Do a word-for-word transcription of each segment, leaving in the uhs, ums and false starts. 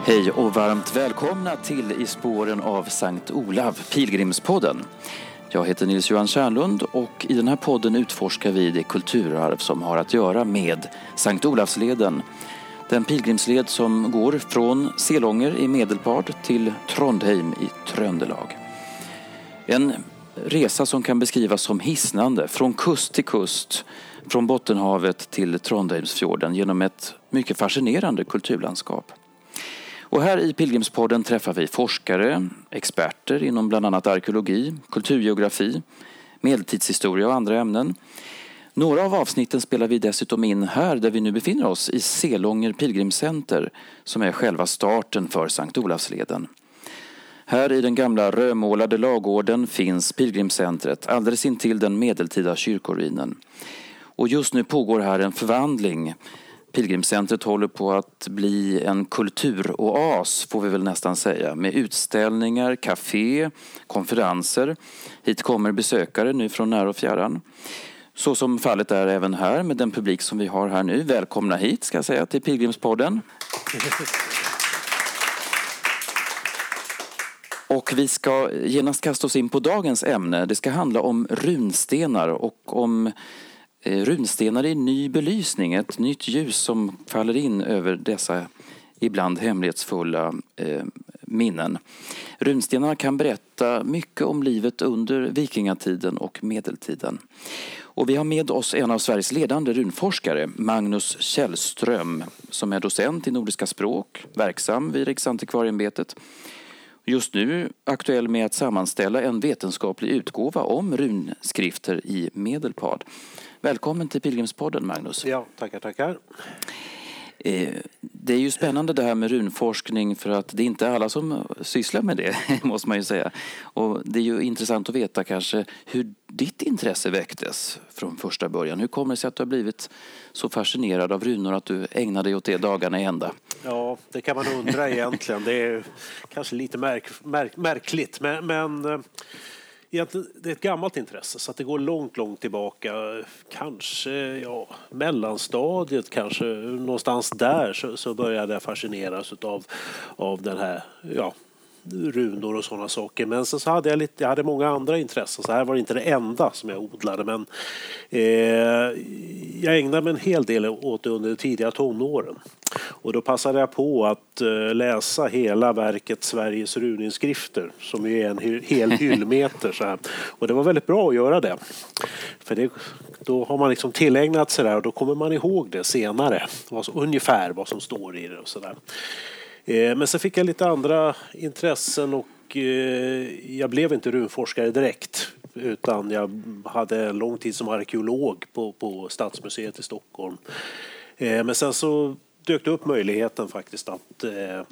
Hej och varmt välkomna till I spåren av Sankt Olav, Pilgrimspodden. Jag heter Nils-Johan Kärnlund och i den här podden utforskar vi det kulturarv som har att göra med Sankt Olavsleden. Den pilgrimsled som går från Selånger i Medelpad till Trondheim i Tröndelag. En resa som kan beskrivas som hisnande från kust till kust, från Bottenhavet till Trondheimsfjorden genom ett mycket fascinerande kulturlandskap. Och här i Pilgrimspodden träffar vi forskare, experter inom bland annat arkeologi, kulturgeografi, medeltidshistoria och andra ämnen. Några av avsnitten spelar vi dessutom in här där vi nu befinner oss i Selånger pilgrimscenter som är själva starten för Sankt Olavsleden. Här i den gamla rödmålade lagården finns pilgrimscentret alldeles intill den medeltida kyrkoruinen. Och just nu pågår här en förvandling. Pilgrimscentret håller på att bli en kulturoas, får vi väl nästan säga, med utställningar, café, konferenser. Hit kommer besökare nu från när och fjärran. Så som fallet är även här med den publik som vi har här nu. Välkomna hit, ska jag säga, till Pilgrimspodden. Och vi ska genast kasta oss in på dagens ämne. Det ska handla om runstenar och om runstenar i ny belysning, ett nytt ljus som faller in över dessa ibland hemlighetsfulla eh, minnen. Runstenarna kan berätta mycket om livet under vikingatiden och medeltiden. Och vi har med oss en av Sveriges ledande runforskare, Magnus Källström, som är docent i nordiska språk, verksam vid Riksantikvarieämbetet. Just nu aktuell med att sammanställa en vetenskaplig utgåva om runskrifter i Medelpad. Välkommen till Pilgrimspodden, Magnus. Ja, tackar, tackar. Det är ju spännande det här med runforskning för att det är inte alla som sysslar med det, måste man ju säga. Och det är ju intressant att veta kanske hur ditt intresse väcktes från första början. Hur kommer det sig att du har blivit så fascinerad av runor att du ägnar dig åt det dagarna i ända? Ja, det kan man undra egentligen. Det är kanske lite märk, märk, märkligt, men... men det är ett gammalt intresse så att det går långt, långt tillbaka. Kanske ja, mellanstadiet, kanske någonstans där så, så började jag fascineras av, av den här, ja, runor och sådana saker. Men så, så hade jag lite, jag hade många andra intressen. Så här var det inte det enda som jag odlade. Men eh, jag ägnade mig en hel del åt det under de tidiga tonåren. Och då passade jag på att uh, läsa hela verket Sveriges runinskrifter som är en hy- hel hyllmeter. Så här. Och det var väldigt bra att göra det. För det, då har man liksom tillägnat sig där och då kommer man ihåg det senare. Vad som, ungefär vad som står i det och sådär. Eh, men så fick jag lite andra intressen och eh, jag blev inte runforskare direkt. Utan jag hade en lång tid som arkeolog på, på Stadsmuseet i Stockholm. Eh, men sen så dök det upp möjligheten faktiskt att eh,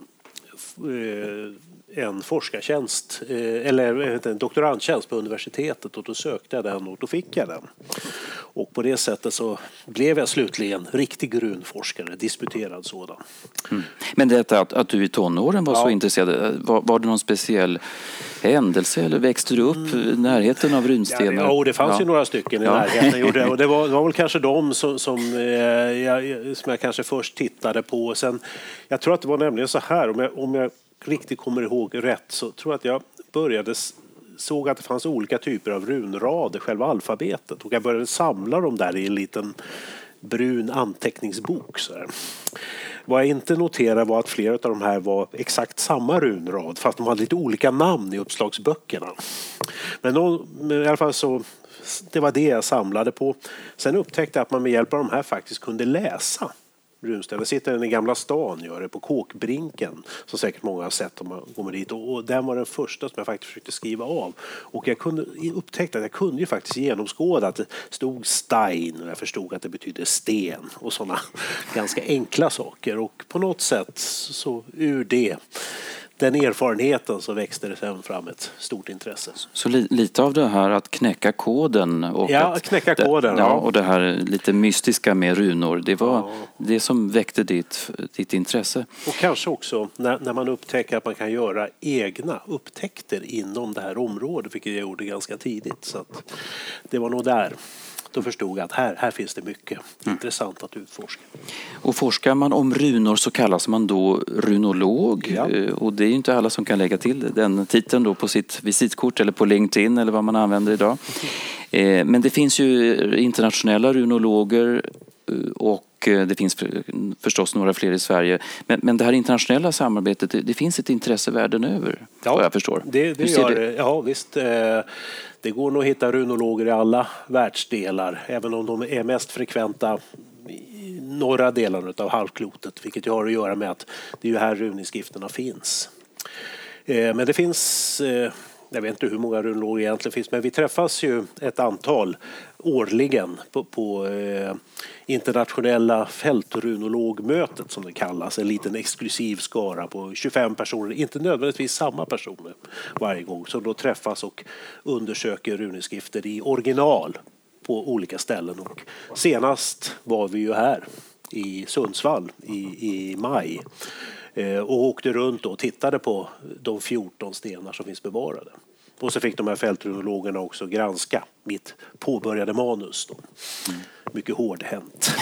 en forskartjänst eh, eller en doktorandtjänst på universitetet och då sökte jag den och då fick jag den. Och på det sättet så blev jag slutligen riktig runforskare, disputerad sådan. Mm. Men detta att, att du i tonåren var ja. så intresserad, var, var det någon speciell händelse eller växte du upp mm. i närheten av runstenar? Ja, det, det fanns ja. ju några stycken i ja. närheten. Och det, och det, var, det var väl kanske de som, som, eh, jag, som jag kanske först tittade på. Sen, jag tror att det var nämligen så här, om jag, om jag riktigt kommer ihåg rätt så tror jag att jag började såg att det fanns olika typer av runrader, själva alfabetet. Och jag började samla dem där i en liten brun anteckningsbok. Så här. Vad jag inte noterade var att flera av de här var exakt samma runrad fast de hade lite olika namn i uppslagsböckerna. Men, någon, men i alla fall så det var det jag samlade på. Sen upptäckte jag att man med hjälp av de här faktiskt kunde läsa runstenar. Sitter den i Gamla stan, gör det på Kåkbrinken, som säkert många har sett om man kommer dit. Och, och den var den första som jag faktiskt försökte skriva av. Och jag kunde upptäckte att jag kunde ju faktiskt genomskåda att det stod Stein och jag förstod att det betydde sten och sådana ganska enkla saker. Och på något sätt så ur det den erfarenheten så växte det sen fram ett stort intresse. Så li- lite av det här att knäcka koden och ja, att knäcka koden. Det, ja, ja, och det här lite mystiska med runor, det var ja. det som väckte ditt, ditt intresse. Och kanske också när, när man upptäcker att man kan göra egna upptäckter inom det här området, vilket jag gjorde ganska tidigt. Så att det var nog där Då förstod jag att här, här finns det mycket mm. intressant att utforska. Och forskar man om runor så kallas man då runolog. Ja. Och det är ju inte alla som kan lägga till den titeln då på sitt visitkort eller på LinkedIn eller vad man använder idag. Mm. Men det finns ju internationella runologer och det finns förstås några fler i Sverige. Men, men det här internationella samarbetet, det, det finns ett intresse världen över, ja, vad jag förstår. Det, det gör det. Ja, visst. Det går nog att hitta runologer i alla världsdelar, även om de är mest frekventa i norra delarna av halvklotet, vilket har att göra med att det är ju här runinskrifterna finns. Men det finns... Jag vet inte hur många runologer egentligen finns, men vi träffas ju ett antal årligen på, på eh, internationella fältrunologmötet som det kallas. En liten exklusiv skara på tjugofem personer, inte nödvändigtvis samma personer varje gång, som då träffas och undersöker runinskrifter i original på olika ställen. Och senast var vi ju här i Sundsvall i, i maj. Och åkte runt och tittade på de fjorton stenar som finns bevarade. Och så fick de här fältrunologerna också granska mitt påbörjade manus. Då. Mm. Mycket hårdhänt.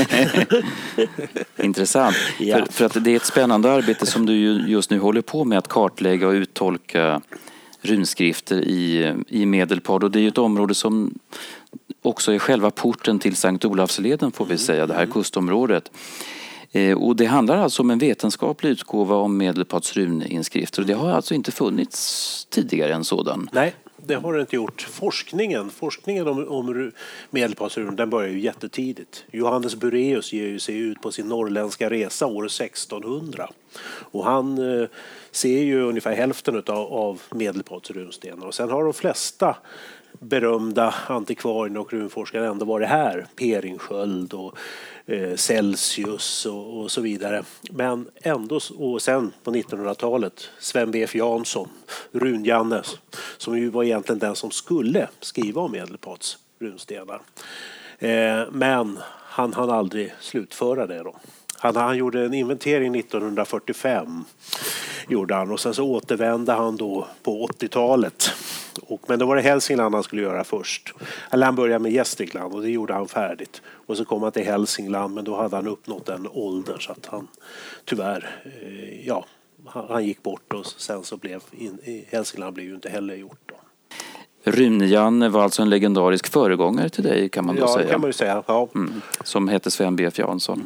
Intressant. Ja. För, för att det är ett spännande arbete som du just nu håller på med, att kartlägga och uttolka runskrifter i, i Medelpad. Och det är ju ett område som också är själva porten till Sankt Olavsleden, får vi säga, det här kustområdet. Och det handlar alltså om en vetenskaplig utgåva om Medelpads runinskrifter. Och det har alltså inte funnits tidigare en sådan. Nej, det har det inte gjort. Forskningen, forskningen om, om Medelpads runor, den börjar ju jättetidigt. Johannes Bureus ger ju sig ut på sin norrländska resa år sextonhundra. Och han eh, ser ju ungefär hälften av, av Medelpads runstenar. Och sen har de flesta berömda antikvarierna och runforskare ändå varit här. Peringsköld och eh, Celsius och, och så vidare. Men ändå, och sen på nittonhundratalet, Sven B F Jansson, Run-Jannes, som ju var egentligen den som skulle skriva om Medelpads runstenar. Eh, men han hann aldrig slutföra det då. Han, han gjorde en inventering nittonhundrafyrtiofem gjorde han, och sen så återvände han då på åttiotalet. Och, men då var det Hälsingland han skulle göra först. Eller han började med Gästrikland och det gjorde han färdigt. Och så kom han till Hälsingland, men då hade han uppnått en ålder så att han tyvärr, eh, ja, han, han gick bort, och sen så blev in, Hälsingland blev ju inte heller gjort då. Rune-Janne var alltså en legendarisk föregångare till dig, kan man då ja, säga. Ja, det kan man ju säga. Ja. Mm, som hette Sven B F Jansson.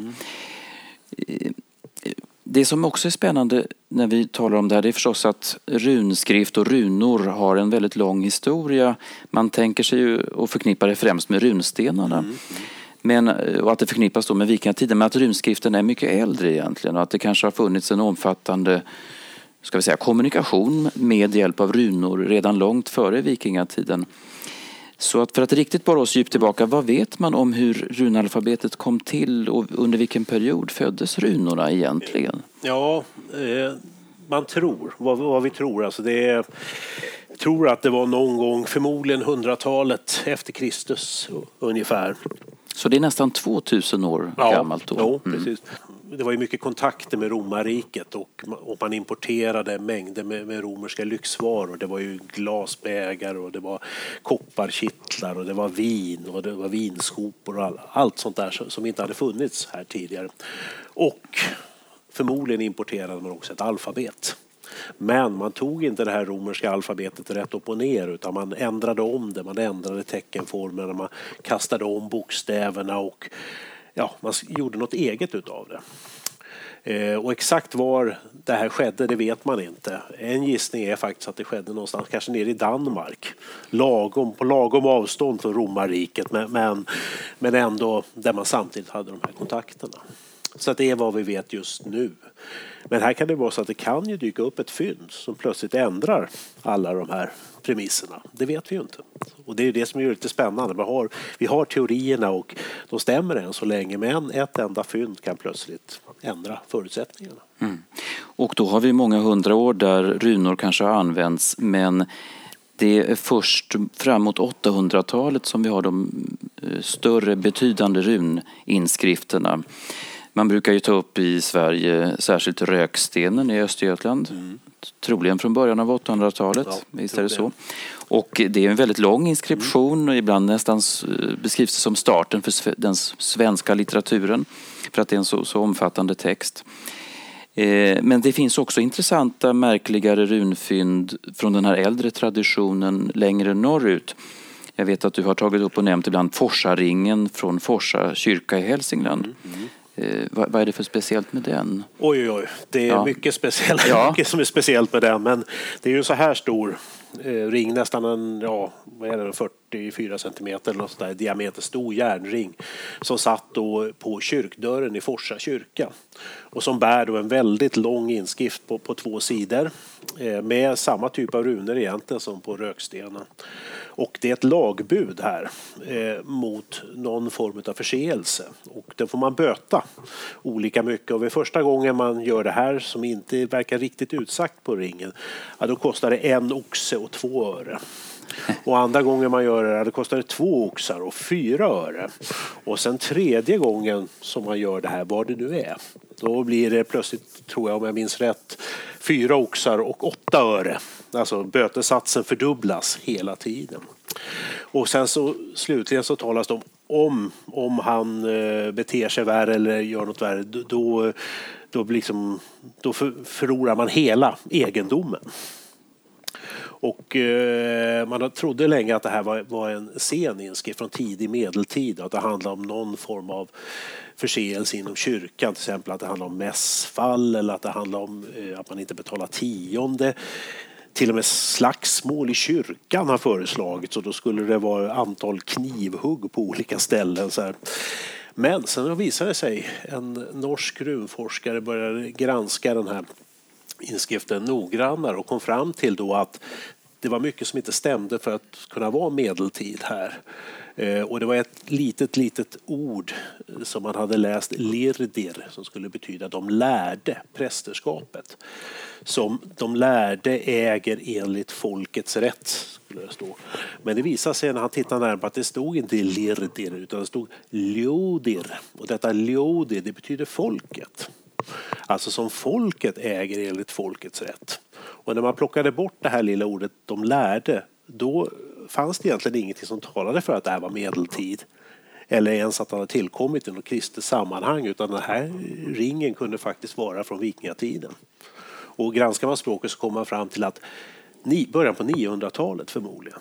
Mm. Det som också är spännande när vi talar om det här, det är förstås att runskrift och runor har en väldigt lång historia. Man tänker sig ju och förknippar det främst med runstenarna. Mm. Men, och att det förknippas då med vikingatiden, men att runskriften är mycket äldre egentligen, och att det kanske har funnits en omfattande, ska vi säga, kommunikation med hjälp av runor redan långt före vikingatiden. Så att för att riktigt bara oss djupt tillbaka, vad vet man om hur runalfabetet kom till och under vilken period föddes runorna egentligen? Ja, eh, man tror, vad, vad vi tror. Alltså det är, tror att det var någon gång, förmodligen hundratalet efter Kristus ungefär. Så det är nästan tvåtusen år ja, gammalt då? Ja, precis. Det var ju mycket kontakter med romarriket, och, och man importerade mängder med, med romerska lyxvaror. Det var ju glasbägar och det var kopparkittlar och det var vin och det var vinskopor och all, allt sånt där som inte hade funnits här tidigare. Och förmodligen importerade man också ett alfabet. Men man tog inte det här romerska alfabetet rätt upp och ner, utan man ändrade om det. Man ändrade teckenformerna, man kastade om bokstäverna och ja, man gjorde något eget utav det. Eh, och exakt var det här skedde, det vet man inte. En gissning är faktiskt att det skedde någonstans, kanske nere i Danmark. Lagom, på lagom avstånd från romarriket, men, men, men ändå där man samtidigt hade de här kontakterna. Så att det är vad vi vet just nu. Men här kan det vara så att det kan ju dyka upp ett fynd som plötsligt ändrar alla de här premisserna. Det vet vi ju inte. Och det är det som är lite spännande. Vi har, vi har teorierna och de stämmer än så länge, men ett enda fynd kan plötsligt ändra förutsättningarna. Mm. Och då har vi många hundra år där runor kanske har använts, men det är först framåt åttahundratalet som vi har de större betydande runinskrifterna. Man brukar ju ta upp i Sverige särskilt Rökstenen i Östergötland. Mm. Troligen från början av åttahundratalet. Ja, visst är det så. Och det är en väldigt lång inskription mm. och ibland nästan beskrivs det som starten för den svenska litteraturen. För att det är en så, så omfattande text. Eh, men det finns också intressanta, märkligare runfynd från den här äldre traditionen längre norrut. Jag vet att du har tagit upp och nämnt ibland Forsaringen från Forsa kyrka i Hälsingland. Mm, mm. Eh, vad, vad är det för speciellt med den? Oj, oj, oj. Det är ja. mycket speciellt ja. mycket som är speciellt med den. Men det är ju så här stor eh, ring, nästan en, ja, vad är det, fyrtiofyra centimeter eller något sånt där, diameter stor järnring som satt då på kyrkdörren i Forsa kyrka. Och som bär då en väldigt lång inskrift på, på två sidor eh, med samma typ av runor egentligen som på Rökstenen. Och det är ett lagbud här eh, mot någon form av förseelse. Och då får man böta olika mycket. Och vid första gången man gör det här som inte verkar riktigt utsagt på ringen, ja, då kostar det en oxe och två öre. Och andra gången man gör det här, då kostar det två oxar och fyra öre. Och sen tredje gången som man gör det här, vad det nu är, då blir det plötsligt, tror jag om jag minns rätt, fyra oxar och åtta öre. Alltså bötesatsen fördubblas hela tiden. Och sen så slutligen så talas det om om, om han beter sig värre eller gör något värre, då, då, liksom, då förlorar man hela egendomen. Och eh, man trodde länge att det här var, var en sen inskrift från tidig medeltid. Att det handlade om någon form av förseelse inom kyrkan. Till exempel att det handlar om mässfall eller att det handlar om eh, att man inte betalar tionde. Till och med slagsmål i kyrkan har föreslagits och då skulle det vara antal knivhugg på olika ställen. Så här. Men sen visade det sig, en norsk runforskare började granska den här inskriften noggrannare och kom fram till då att det var mycket som inte stämde för att kunna vara medeltid här. Eh, och det var ett litet, litet ord som man hade läst, lirdir, som skulle betyda de lärde, prästerskapet. Som de lärde äger enligt folkets rätt, skulle det stå. Men det visade sig när han tittade närmare att det stod inte lirdir utan det stod ljodir. Och detta ljodir, det betyder folket. Alltså som folket äger enligt folkets rätt. Och när man plockade bort det här lilla ordet de lärde, då fanns det egentligen ingenting som talade för att det här var medeltid. Eller ens att det hade tillkommit i något kristet sammanhang, utan den här ringen kunde faktiskt vara från vikingatiden. Och granskar man språket så kommer man fram till att ni, början på niohundratalet förmodligen.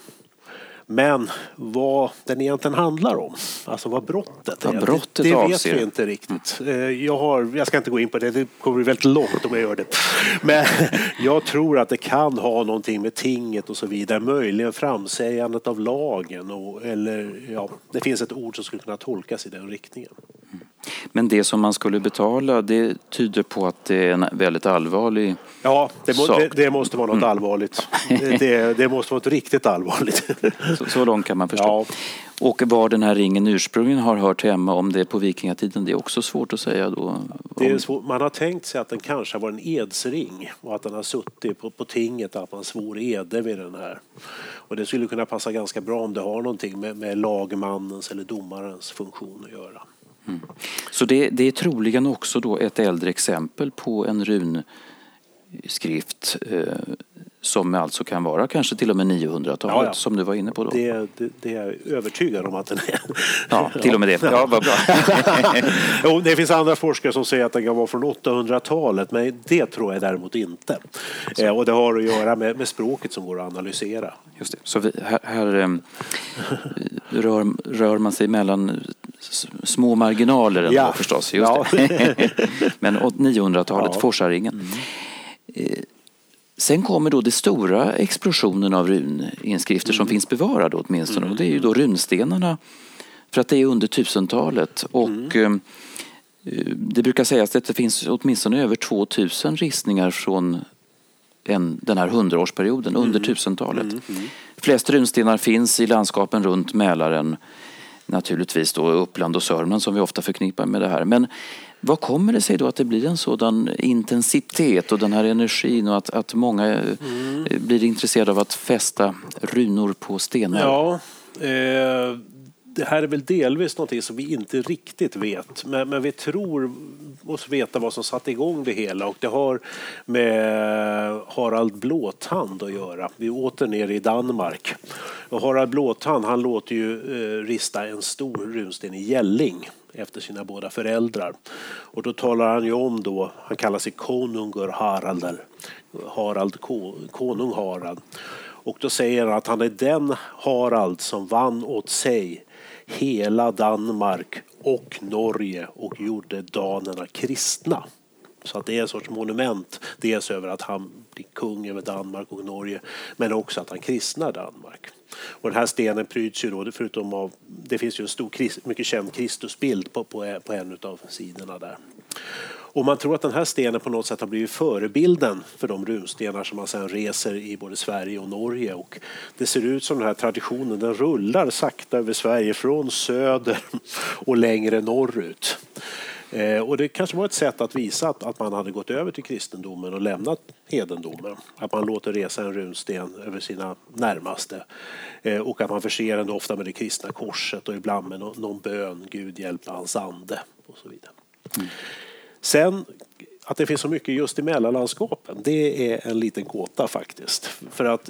Men vad den egentligen handlar om, alltså vad brottet är, ja, brottet det, det vet avser. vi inte riktigt. Jag, har, jag ska inte gå in på det, det kommer bli väldigt långt om jag gör det. Men jag tror att det kan ha någonting med tinget och så vidare, möjligen framsägandet av lagen. Och, eller, ja, det finns ett ord som skulle kunna tolkas i den riktningen. Men det som man skulle betala, det tyder på att det är en väldigt allvarlig Ja, det, må, sak. det, det måste vara något mm. allvarligt. Det, det, det måste vara ett riktigt allvarligt. Så, så långt kan man förstå. Ja. Och var den här ringen ursprungligen har hört hemma, om det är på vikingatiden, det är också svårt att säga då. Det är svårt. Man har tänkt sig att den kanske var en edsring och att den har suttit på, på tinget, att man svor eder vid den här. Och det skulle kunna passa ganska bra om det har någonting med, med lagmannens eller domarens funktion att göra. Mm. Så det, det är troligen också då ett äldre exempel på en runskrift eh, som alltså kan vara kanske till och med niohundratalet, ja, ja. Som du var inne på då. Det, det, det är jag övertygad om att den är. Ja, till och med det. Ja, vad bra. Jo, det finns andra forskare som säger att den kan vara från åttahundratalet, men det tror jag däremot inte. Eh, och det har att göra med, med språket som går att analysera. Just det. Så vi, här, här eh, rör, rör man sig mellan små marginaler ändå, ja. Förstås. Just ja. Det. Men niohundratalet, ja. Forsaringen. Mm. Eh, Sen kommer då det stora explosionen av runinskrifter mm. som finns bevarade åtminstone. Mm. Och det är ju då runstenarna, för att det är under tusentalet. Och mm. eh, det brukar sägas att det finns åtminstone över tvåtusen ristningar från en, den här hundraårsperioden, mm. under tusentalet. Mm. Mm. Flest runstenar finns i landskapen runt Mälaren. Naturligtvis då Uppland och Sörmland som vi ofta förknippar med det här. Men vad kommer det sig då att det blir en sådan intensitet och den här energin och att, att många mm. blir intresserade av att fästa runor på stenar? Ja, eh, det här är väl delvis någonting som vi inte riktigt vet. Men, men vi tror oss veta vad som satte igång det hela. Och det har med Harald Blåtand att göra. Vi åter ner i Danmark. Och Harald Blåtand, han låter ju eh, rista en stor runsten i Jelling efter sina båda föräldrar. Och då talar han ju om då, han kallar sig Konungur Harald, Harald Konung Harald. Och då säger han att han är den Harald som vann åt sig hela Danmark och Norge och gjorde danerna kristna. Så att det är en sorts monument, dels över att han blir kung över Danmark och Norge, men också att han kristnar Danmark. Och den här stenen pryds ju då, förutom av, det finns ju en stor, mycket känd Kristusbild på, på, på en av sidorna där. Och man tror att den här stenen på något sätt har blivit förebilden för de runstenar som man sedan reser i både Sverige och Norge. Och det ser ut som den här traditionen, den rullar sakta över Sverige från söder och längre norrut. Eh, och det kanske var ett sätt att visa att, att man hade gått över till kristendomen och lämnat hedendomen. Att man låter resa en runsten över sina närmaste. Eh, och att man förser den ofta med det kristna korset och ibland med någon, någon bön, Gud hjälpte hans ande och så vidare. Mm. Sen att det finns så mycket just i Mälarlandskapen, det är en liten gåta faktiskt. För att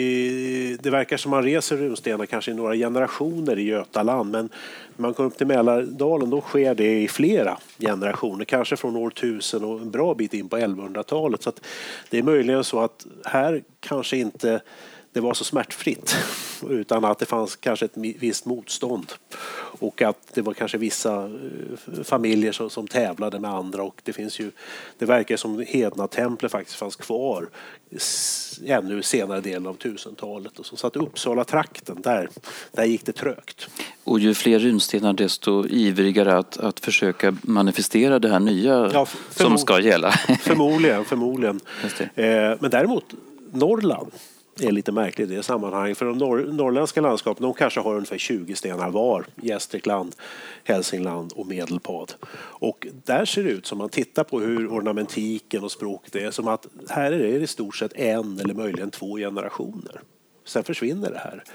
i, det verkar som man reser runstenar kanske i några generationer i Götaland, men när man kommer upp till Mälardalen då sker det i flera generationer, kanske från år tusen och en bra bit in på elvahundratalet. Så att det är möjligen så att här kanske inte det var så smärtfritt, utan att det fanns kanske ett visst motstånd och att det var kanske vissa familjer som, som tävlade med andra, och det finns ju, det verkar som hedna templer faktiskt fanns kvar ännu senare delen av tusentalet, och så satt Uppsala trakten där, där gick det trögt. Och ju fler runstenar desto ivrigare att, att försöka manifestera det här nya ja, som ska gälla. Förmodligen, förmodligen. Eh, men däremot Norrland är lite märkligt i det sammanhanget. För de norr- norrländska landskapen, de kanske har ungefär tjugo stenar var. Gästrikland, Hälsingland och Medelpad. Och där ser det ut, som man tittar på hur ornamentiken och språket är, som att här är det i stort sett en eller möjligen två generationer. Sen försvinner det här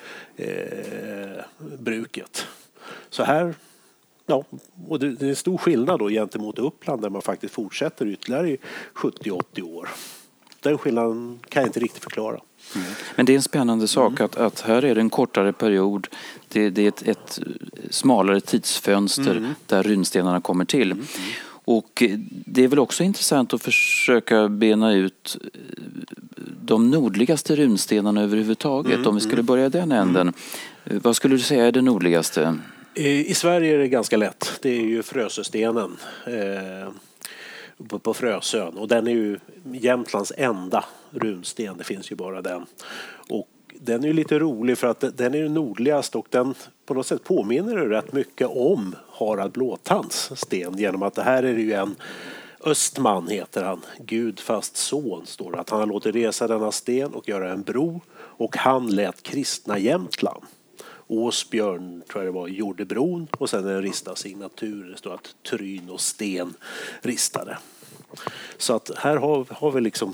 eh, bruket. Så här, ja, och det, det är en stor skillnad då gentemot Uppland där man faktiskt fortsätter ytterligare i sjuttio åttio år. Den skillnaden kan jag inte riktigt förklara. Mm. Men det är en spännande sak mm. att, att här är det en kortare period. Det, det är ett, ett smalare tidsfönster mm. där runstenarna kommer till. Mm. Och det är väl också intressant att försöka bena ut de nordligaste runstenarna överhuvudtaget. Mm. Om vi skulle börja den änden. Mm. Vad skulle du säga är det nordligaste? I Sverige är det ganska lätt. Det är ju Frösöstenen. Eh... på Frösön, och den är ju Jämtlands enda runsten, det finns ju bara den. Och den är ju lite rolig för att den är nordligast, och den på något sätt påminner ju rätt mycket om Harald Blåtands sten, genom att det här är ju en Östman heter han, Gud fast son står det, att han har låtit resa denna sten och göra en bro, och han lät kristna Jämtland. Åsbjörn tror jag det var, gjorde bron, och sen en ristad signatur, det står att Tryn och Sten ristade. Så att här har, har vi liksom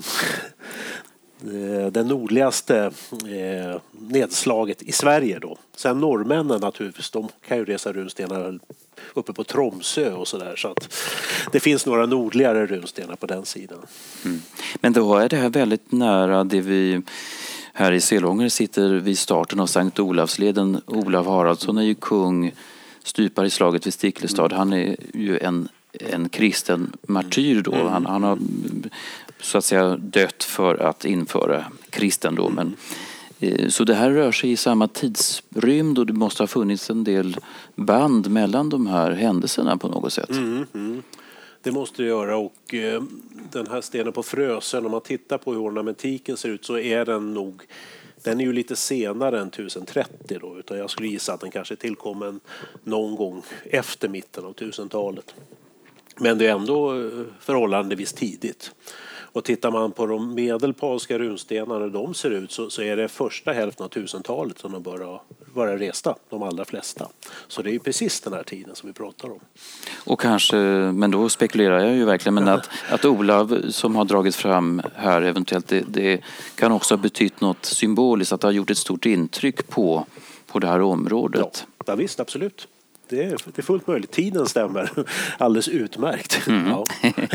den nordligaste eh, nedslaget i Sverige då. Sen norrmännen naturligtvis, de kan ju resa runstenar uppe på Tromsö och sådär, så att det finns några nordligare runstenar på den sidan. Mm. Men då är det här väldigt nära det vi här i Selånger sitter vid starten av Sankt Olavsleden. Olav Haraldsson är ju kung, stupar i slaget vid Sticklestad. Han är ju en, en kristen martyr då. Han, han har så att säga dött för att införa kristendomen. Så det här rör sig i samma tidsrymd, och det måste ha funnits en del band mellan de här händelserna på något sätt. Mm, mm. Det måste det göra, och eh, den här stenen på Frösön, om man tittar på hur ornamentiken ser ut, så är den nog, den är ju lite senare än tusen trettio då, utan jag skulle gissa att den kanske tillkommer någon gång efter mitten av tusentalet. Men det är ändå förhållandevis tidigt. Och tittar man på de medelpadska runstenarna, hur de ser ut, så, så är det första hälften av tusentalet som de börjar vara resta, de allra flesta. Så det är ju precis den här tiden som vi pratar om. Och kanske, men då spekulerar jag ju verkligen, men att, att Olav som har dragit fram här eventuellt, det, det kan också ha betytt något symboliskt, att det har gjort ett stort intryck på, på det här området. Ja. Ja, visst, absolut. Det är, det är fullt möjligt. Tiden stämmer alldeles utmärkt. Mm. Ja.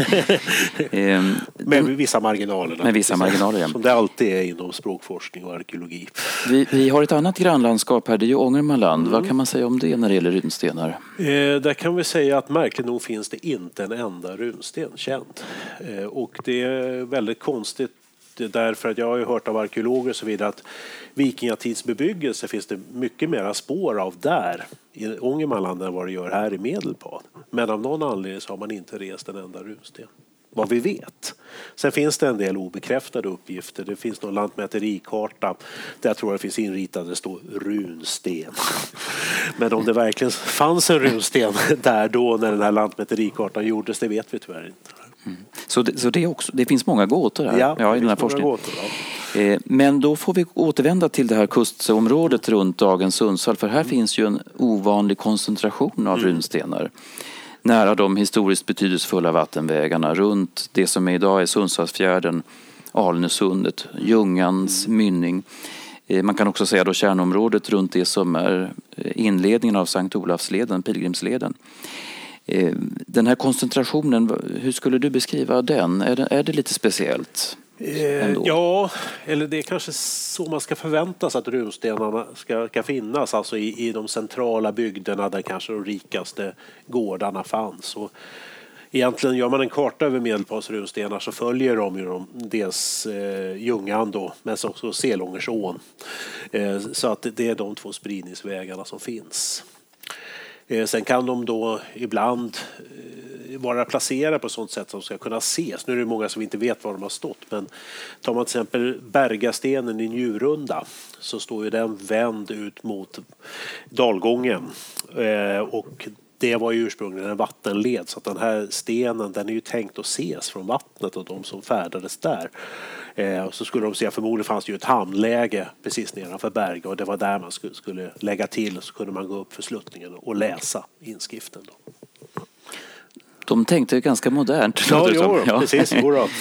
med vissa marginaler. Med vissa marginaler, ja. Som det alltid är inom språkforskning och arkeologi. Vi, vi har ett annat grannlandskap här, det är ju Ångermanland. Mm. Vad kan man säga om det när det gäller runstenar? Eh, där kan vi säga att märkligt nog finns det inte en enda runsten känd. Eh, och det är väldigt konstigt. Därför att jag har ju hört av arkeologer och så vidare att vikingatidsbebyggelse finns det mycket mera spår av där i Ångermanland än vad det gör här i Medelpad. Men av någon anledning så har man inte rest en enda runsten. Vad vi vet. Sen finns det en del obekräftade uppgifter. Det finns någon lantmäterikarta där jag tror det finns inritat det står runsten. Men om det verkligen fanns en runsten där då när den här lantmäterikartan gjordes, det vet vi tyvärr inte. Mm. Så, det, så det, är också, det finns många gåtor här ja, ja, i den här forskningen. Gåtor, ja. eh, men då får vi återvända till det här kustområdet runt dagens Sundsvall. För här mm. finns ju en ovanlig koncentration av mm. runstenar. Nära de historiskt betydelsefulla vattenvägarna runt det som idag är Sundsvallsfjärden, Alnösundet, Ljungans mm. mynning. Eh, man kan också säga då kärnområdet runt det som är inledningen av Sankt Olavsleden, pilgrimsleden. Den här koncentrationen, hur skulle du beskriva den? Är det, är det lite speciellt? Eh, ja, eller det är kanske så man ska förvänta sig att runstenarna ska, ska finnas. Alltså i, i de centrala bygderna där kanske de rikaste gårdarna fanns. Och egentligen gör man en karta över Medelpads runstenar så följer de ju de, dels eh, Ljungan då, men också Selångersån. Eh, så att det är de två spridningsvägarna som finns. Sen kan de då ibland vara placerade på ett sådant sätt som ska kunna ses. Nu är det många som inte vet var de har stått, men tar man till exempel Bergastenen i Njurunda så står ju den vänd ut mot dalgången. Och det var ju ursprungligen en vattenled, så att den här stenen den är ju tänkt att ses från vattnet och de som färdades där. Eh, och så skulle de säga, förmodligen fanns det ju ett hamnläge precis nedanför Berga och det var där man skulle, skulle lägga till och så kunde man gå upp för sluttningen och läsa inskriften då. De tänkte ganska modernt. Ja, jo, ja. precis.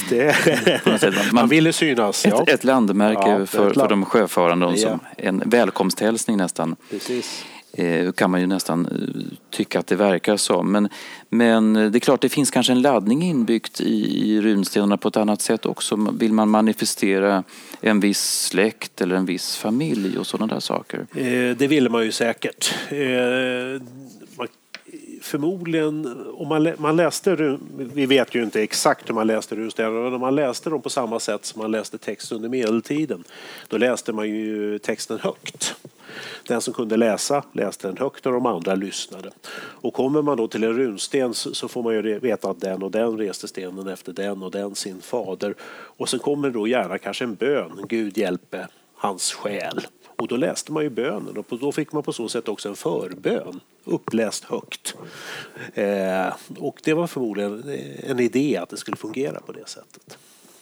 Det, man ville synas. Ett, ja. ett landmärke ja, för, ett land. för de sjöfarande. Ja. Som en välkomsthälsning nästan. Precis. Eh, kan man ju nästan eh, tycka att det verkar som. Men, men det är klart, det finns kanske en laddning inbyggt i, i runstenarna på ett annat sätt också. Vill man manifestera en viss släkt eller en viss familj och sådana där saker? Eh, det ville man ju säkert. Eh, man, förmodligen, om man, lä, man läste, vi vet ju inte exakt hur man läste runstenarna, men om man läste dem på samma sätt som man läste text under medeltiden, då läste man ju texten högt. Den som kunde läsa läste den högt och de andra lyssnade. Och kommer man då till en runsten så får man ju veta att den och den reste stenen efter den och den sin fader. Och sen kommer då gärna kanske en bön, Gud hjälpe hans själ. Och då läste man ju bönen och då fick man på så sätt också en förbön uppläst högt. Eh, och det var förmodligen en idé att det skulle fungera på det sättet.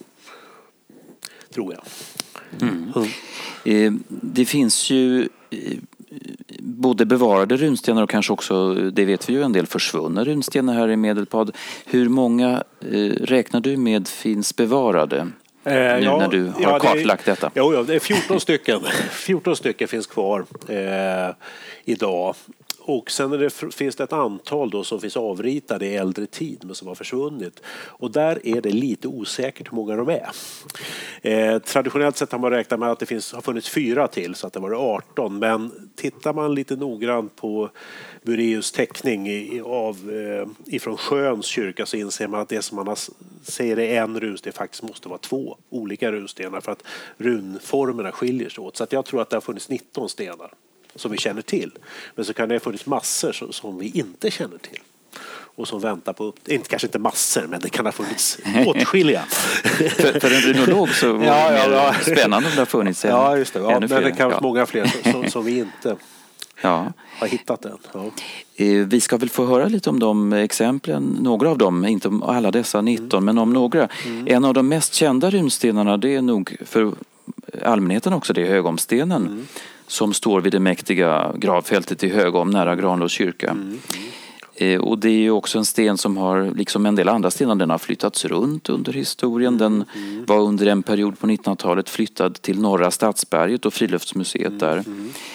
Tror jag. Mm. Mm. Eh, det finns ju eh, både bevarade runstenar och kanske också, det vet vi ju, en del försvunna runstenar här i Medelpad. Hur många eh, räknar du med finns bevarade? Eh, nu ja, när du har ja, kartlagt det, detta. Ja, ja, det är fjorton stycken. fjorton stycken finns kvar eh, idag. Och sen är det, finns det ett antal då som finns avritade i äldre tid men som har försvunnit. Och där är det lite osäkert hur många de är. Eh, traditionellt sett har man räknat med att det finns, har funnits fyra till så att det var arton. Men tittar man lite noggrant på Bureus teckning i, av, eh, ifrån Sjöns kyrka så inser man att det som man har, säger är en runsten faktiskt måste vara två olika runstenar för att runformerna skiljer sig åt. Så att jag tror att det har funnits nitton stenar som vi känner till. Men så kan det ha funnits massor som, som vi inte känner till. Och som väntar på upp... Inte, kanske inte massor, men det kan ha funnits åtskilliga. för, för en runolog så var ja, det ja, ja. spännande om det har funnits en, ja, just det. Ja, men det kan ja. många fler som, som vi inte ja. har hittat än. Ja. Vi ska väl få höra lite om de exemplen, några av dem, inte om alla dessa nitton, mm. men om några. Mm. En av de mest kända runstenarna, det är nog för allmänheten också, det är Högomstenen. Mm. Som står vid det mäktiga gravfältet i Högom nära Granlås kyrka. Mm. Eh, och det är ju också en sten som har, liksom en del andra stenar, den har flyttats runt under historien. Den mm. var under en period på nittonhundratalet flyttad till Norra Stadsberget och Friluftsmuseet mm. där.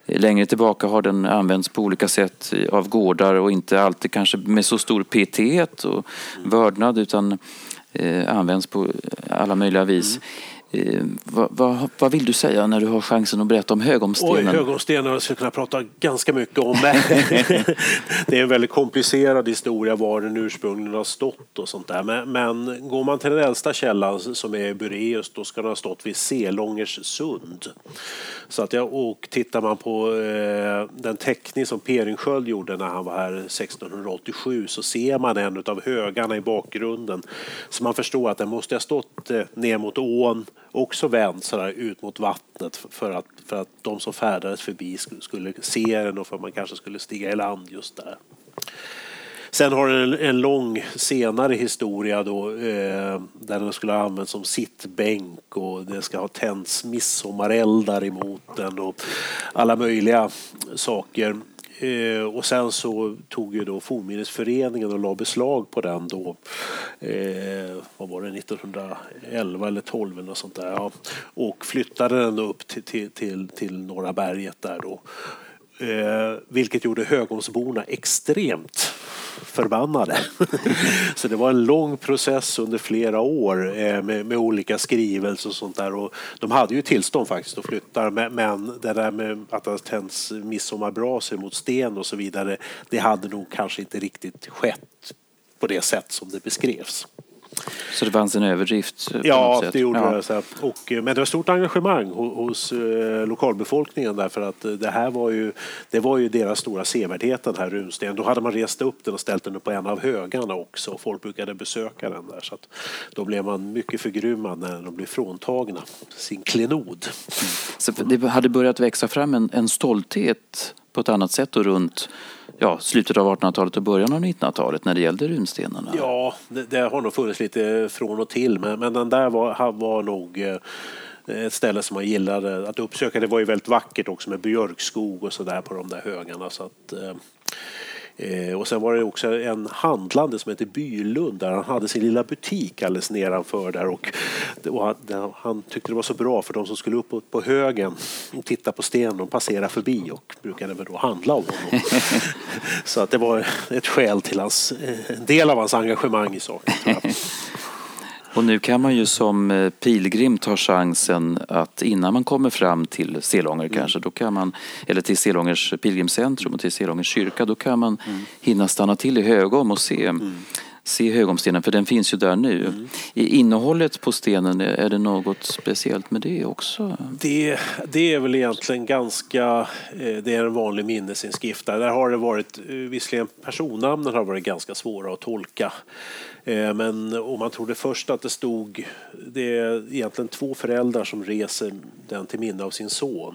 Längre tillbaka har den använts på olika sätt av gårdar och inte alltid kanske med så stor pietet och vördnad utan eh, används på alla möjliga vis. Mm. Eh, vad, vad, vad vill du säga när du har chansen att berätta om Högomstenen? Oj, Högomstenen skulle kunna prata ganska mycket om. Det är en väldigt komplicerad historia var den ursprungligen har stått och sånt där. Men, men går man till den äldsta källan som är Bureus, då ska den ha stått vid Selångers sund. Så att jag, och tittar man på eh, den teckning som Peringsköld gjorde när han var här sextonhundraåttiosju så ser man en av högarna i bakgrunden. Så man förstår att den måste ha stått eh, ner mot ån, också vänt så där ut mot vattnet för att, för att de som färdades förbi skulle, skulle se den och för att man kanske skulle stiga i land just där. Sen har den en, en lång senare historia då, eh, där den skulle ha använts som sittbänk och det ska ha tänts midsommareldar emot den och alla möjliga saker. Eh, och sen så tog ju då Fornminnesföreningen och la beslag på den då, eh, vad var det, nittonhundraelva eller tolv eller något sånt där, ja. Och flyttade den upp till, till, till, till Norra berget där då. Eh, vilket gjorde Högomsborna extremt förbannade. Så det var en lång process under flera år eh, med, med olika skrivelser och sånt där. Och de hade ju tillstånd faktiskt att flytta, men, men det där med att det tänds midsommarbrasor mot sten och så vidare, det hade nog kanske inte riktigt skett på det sätt som det beskrevs. Så det fanns en överdrift? Ja, det gjorde ja. det. Så och, men det var stort engagemang hos, hos eh, lokalbefolkningen därför att det här var ju, det var ju deras stora sevärdhet, den här runstenen. Då hade man rest upp den och ställt den upp på en av högarna också och folk brukade besöka den där. Så att då blev man mycket förgrymmad när de blev fråntagna sin klenod. Mm. Så det hade börjat växa fram en, en stolthet på ett annat sätt och runt ja, slutet av artonhundratalet och början av nittonhundratalet när det gällde runstenarna? Ja, det, det har nog funnits lite från och till, men, men den där var, var nog eh, ett ställe som man gillade att uppsöka. Det var ju väldigt vackert också med björkskog och sådär på de där högarna. Så att, eh, och sen var det också en handlande som heter Bylund där han hade sin lilla butik alldeles nedanför där och, och han, han tyckte det var så bra för de som skulle upp på högen och titta på stenen och passera förbi och brukade väl då handla om honom. Så att det var ett skäl till hans, en del av hans engagemang i saken. Och nu kan man ju som pilgrim ta chansen att innan man kommer fram till Selånger mm. kanske, då kan man, eller till Selångers pilgrimscentrum och till Selångers kyrka, då kan man mm. hinna stanna till i Högom och se, mm. se Högomstenen, för den finns ju där nu. Mm. I innehållet på stenen, är det något speciellt med det också? Det, det är väl egentligen ganska, det är en vanlig minnesinskrift där. Där har det varit, visserligen personnamnen har varit ganska svåra att tolka. Men om man trodde först att det stod, det är egentligen två föräldrar som reser den till minne av sin son.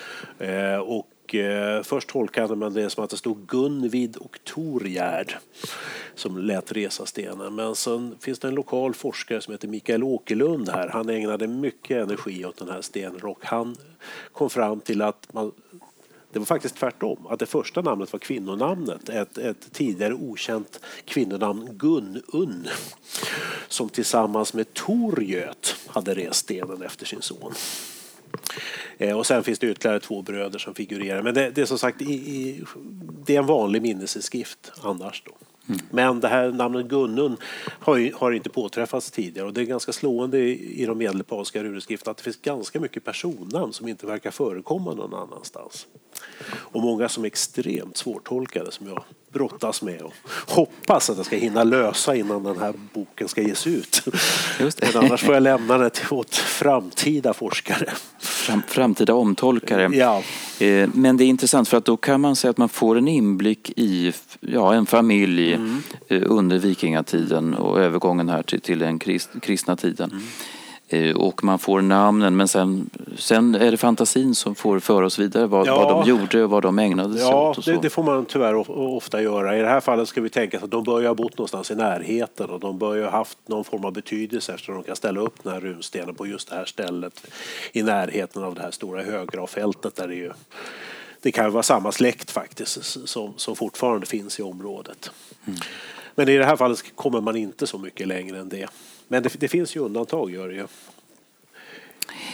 Och först tolkade man det som att det stod Gunvid och Torgärd som lät resa stenen. Men sen finns det en lokal forskare som heter Mikael Åkerlund här. Han ägnade mycket energi åt den här stenen och han kom fram till att man, det var faktiskt tvärtom. Att det första namnet var kvinnonamnet. Ett, ett tidigare okänt kvinnonamn Gun-Un som tillsammans med Torgöt hade rest stenen efter sin son. Eh, och sen finns det ytterligare två bröder som figurerar. Men det, det är som sagt i, i, det är en vanlig minnesskrift annars då. Mm. Men det här namnet Gunnun har, har inte påträffats tidigare och det är ganska slående i, i de medelpadska runeskrifterna att det finns ganska mycket personnamn som inte verkar förekomma någon annanstans. Och många som är extremt svårtolkade som jag brottas med och hoppas att jag ska hinna lösa innan den här boken ska ges ut. Just det. Men annars får jag lämna det åt framtida forskare. Fram, framtida omtolkare. Ja. Eh, men det är intressant för att då kan man säga att man får en inblick i ja, en familj mm. eh, under vikingatiden och övergången här till, till den krist, kristna tiden. Mm. Och man får namnen, men sen, sen är det fantasin som får föra oss vidare vad, ja. vad de gjorde och vad de ägnade sig ja, åt. Och så. Det, det får man tyvärr ofta göra. I det här fallet ska vi tänka att de bör ju ha bott någonstans i närheten och de bör ju ha haft någon form av betydelse eftersom de kan ställa upp den här runstenen på just det här stället i närheten av det här stora höggravfältet där det ju det kan ju vara samma släkt faktiskt som, som fortfarande finns i området. Mm. Men i det här fallet kommer man inte så mycket längre än det. Men det, det finns ju undantag, gör det ju.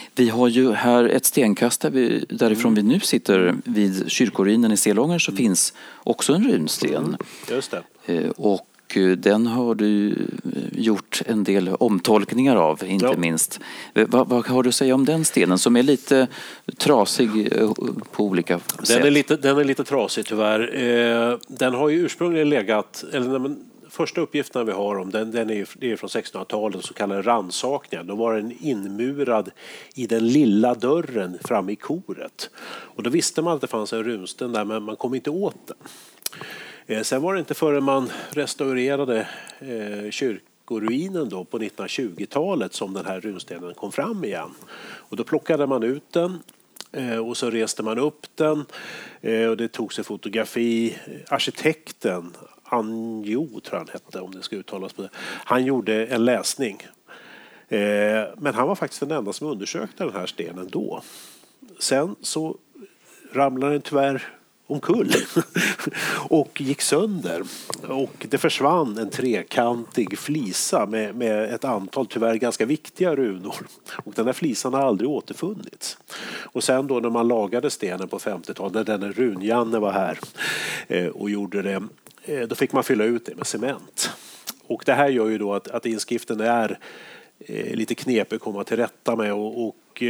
Vi har ju här ett stenkast där vi, därifrån mm. vi nu sitter vid kyrkoruinen i Selången så mm. finns också en runsten. Mm. Just det. Och den har du gjort en del omtolkningar av, inte ja. minst. Vad, vad har du att säga om den stenen som är lite trasig på olika sätt? Den är lite, den är lite trasig tyvärr. Den har ju ursprungligen legat... Eller, men, första uppgifterna vi har om den, den är, det är från sextonhundratalet, så kallade rannsakningar. Då var den inmurad i den lilla dörren framme i koret. Och då visste man att det fanns en runsten där, men man kom inte åt den. Eh, sen var det inte förrän man restaurerade eh, kyrkoruinen då på nittonhundratjugotalet som den här runstenen kom fram igen. Och då plockade man ut den eh, och så reste man upp den eh, och det togs en fotografi. Arkitekten Anjo, tror han hette, om det ska uttalas på det. Han gjorde en läsning. Eh, men han var faktiskt den enda som undersökte den här stenen då. Sen så ramlade den tyvärr omkull och gick sönder. Och det försvann en trekantig flisa med, med ett antal tyvärr ganska viktiga runor. Och den här flisan har aldrig återfunnits. Och sen då när man lagade stenen på femtiotalet, när den runjanne var här eh, och gjorde det, då fick man fylla ut det med cement. Och det här gör ju då att, att inskriften är eh, lite knepig att komma till rätta med och, och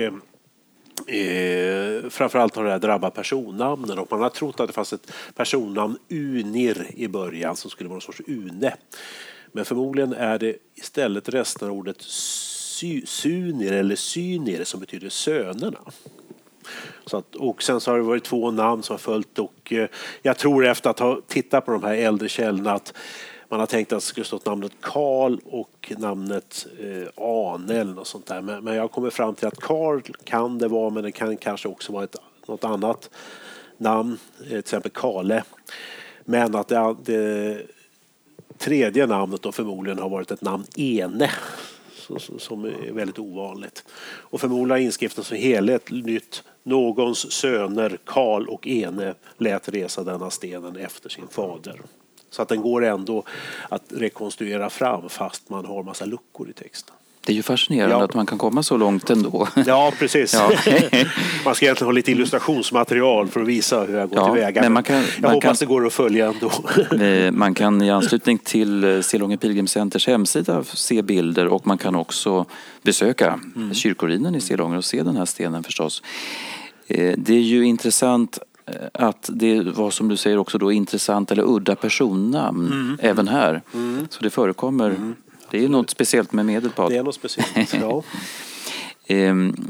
eh, framförallt har det här drabbat personnamnen och man har trott att det fanns ett personnamn Unir i början som skulle vara en sorts Une. Men förmodligen är det istället restnordet sy, Sunir eller Synir som betyder sönerna. Så att, och sen så har det varit två namn som har följt och eh, jag tror efter att ha tittat på de här äldre källorna att man har tänkt att det skulle stått namnet Karl och namnet eh, Ane eller något sånt där. Men, men jag kommer fram till att Karl kan det vara, men det kan kanske också vara ett, något annat namn, till exempel Kale. Men att det, det tredje namnet då förmodligen har varit ett namn Ene. Som är väldigt ovanligt. Och förmodligen har inskriften som helhet nytt någons söner Karl och Ene lät resa denna stenen efter sin fader. Så att den går ändå att rekonstruera fram fast man har massa luckor i texten. Det är ju fascinerande ja. att man kan komma så långt ändå. Ja, precis. Ja. Man ska egentligen ha lite illustrationsmaterial för att visa hur jag går ja, tillväga. Men man kan, jag man hoppas kan, det går att följa ändå. Man kan i anslutning till Selången Pilgrimscenters hemsida se bilder och man kan också besöka mm. kyrkoruinen i Selången och se den här stenen förstås. Det är ju intressant att det var som du säger också då intressant eller udda personnamn mm. även här. Mm. Så det förekommer... Mm. Det är något speciellt med Medelpad. Det är något speciellt, ja. ehm,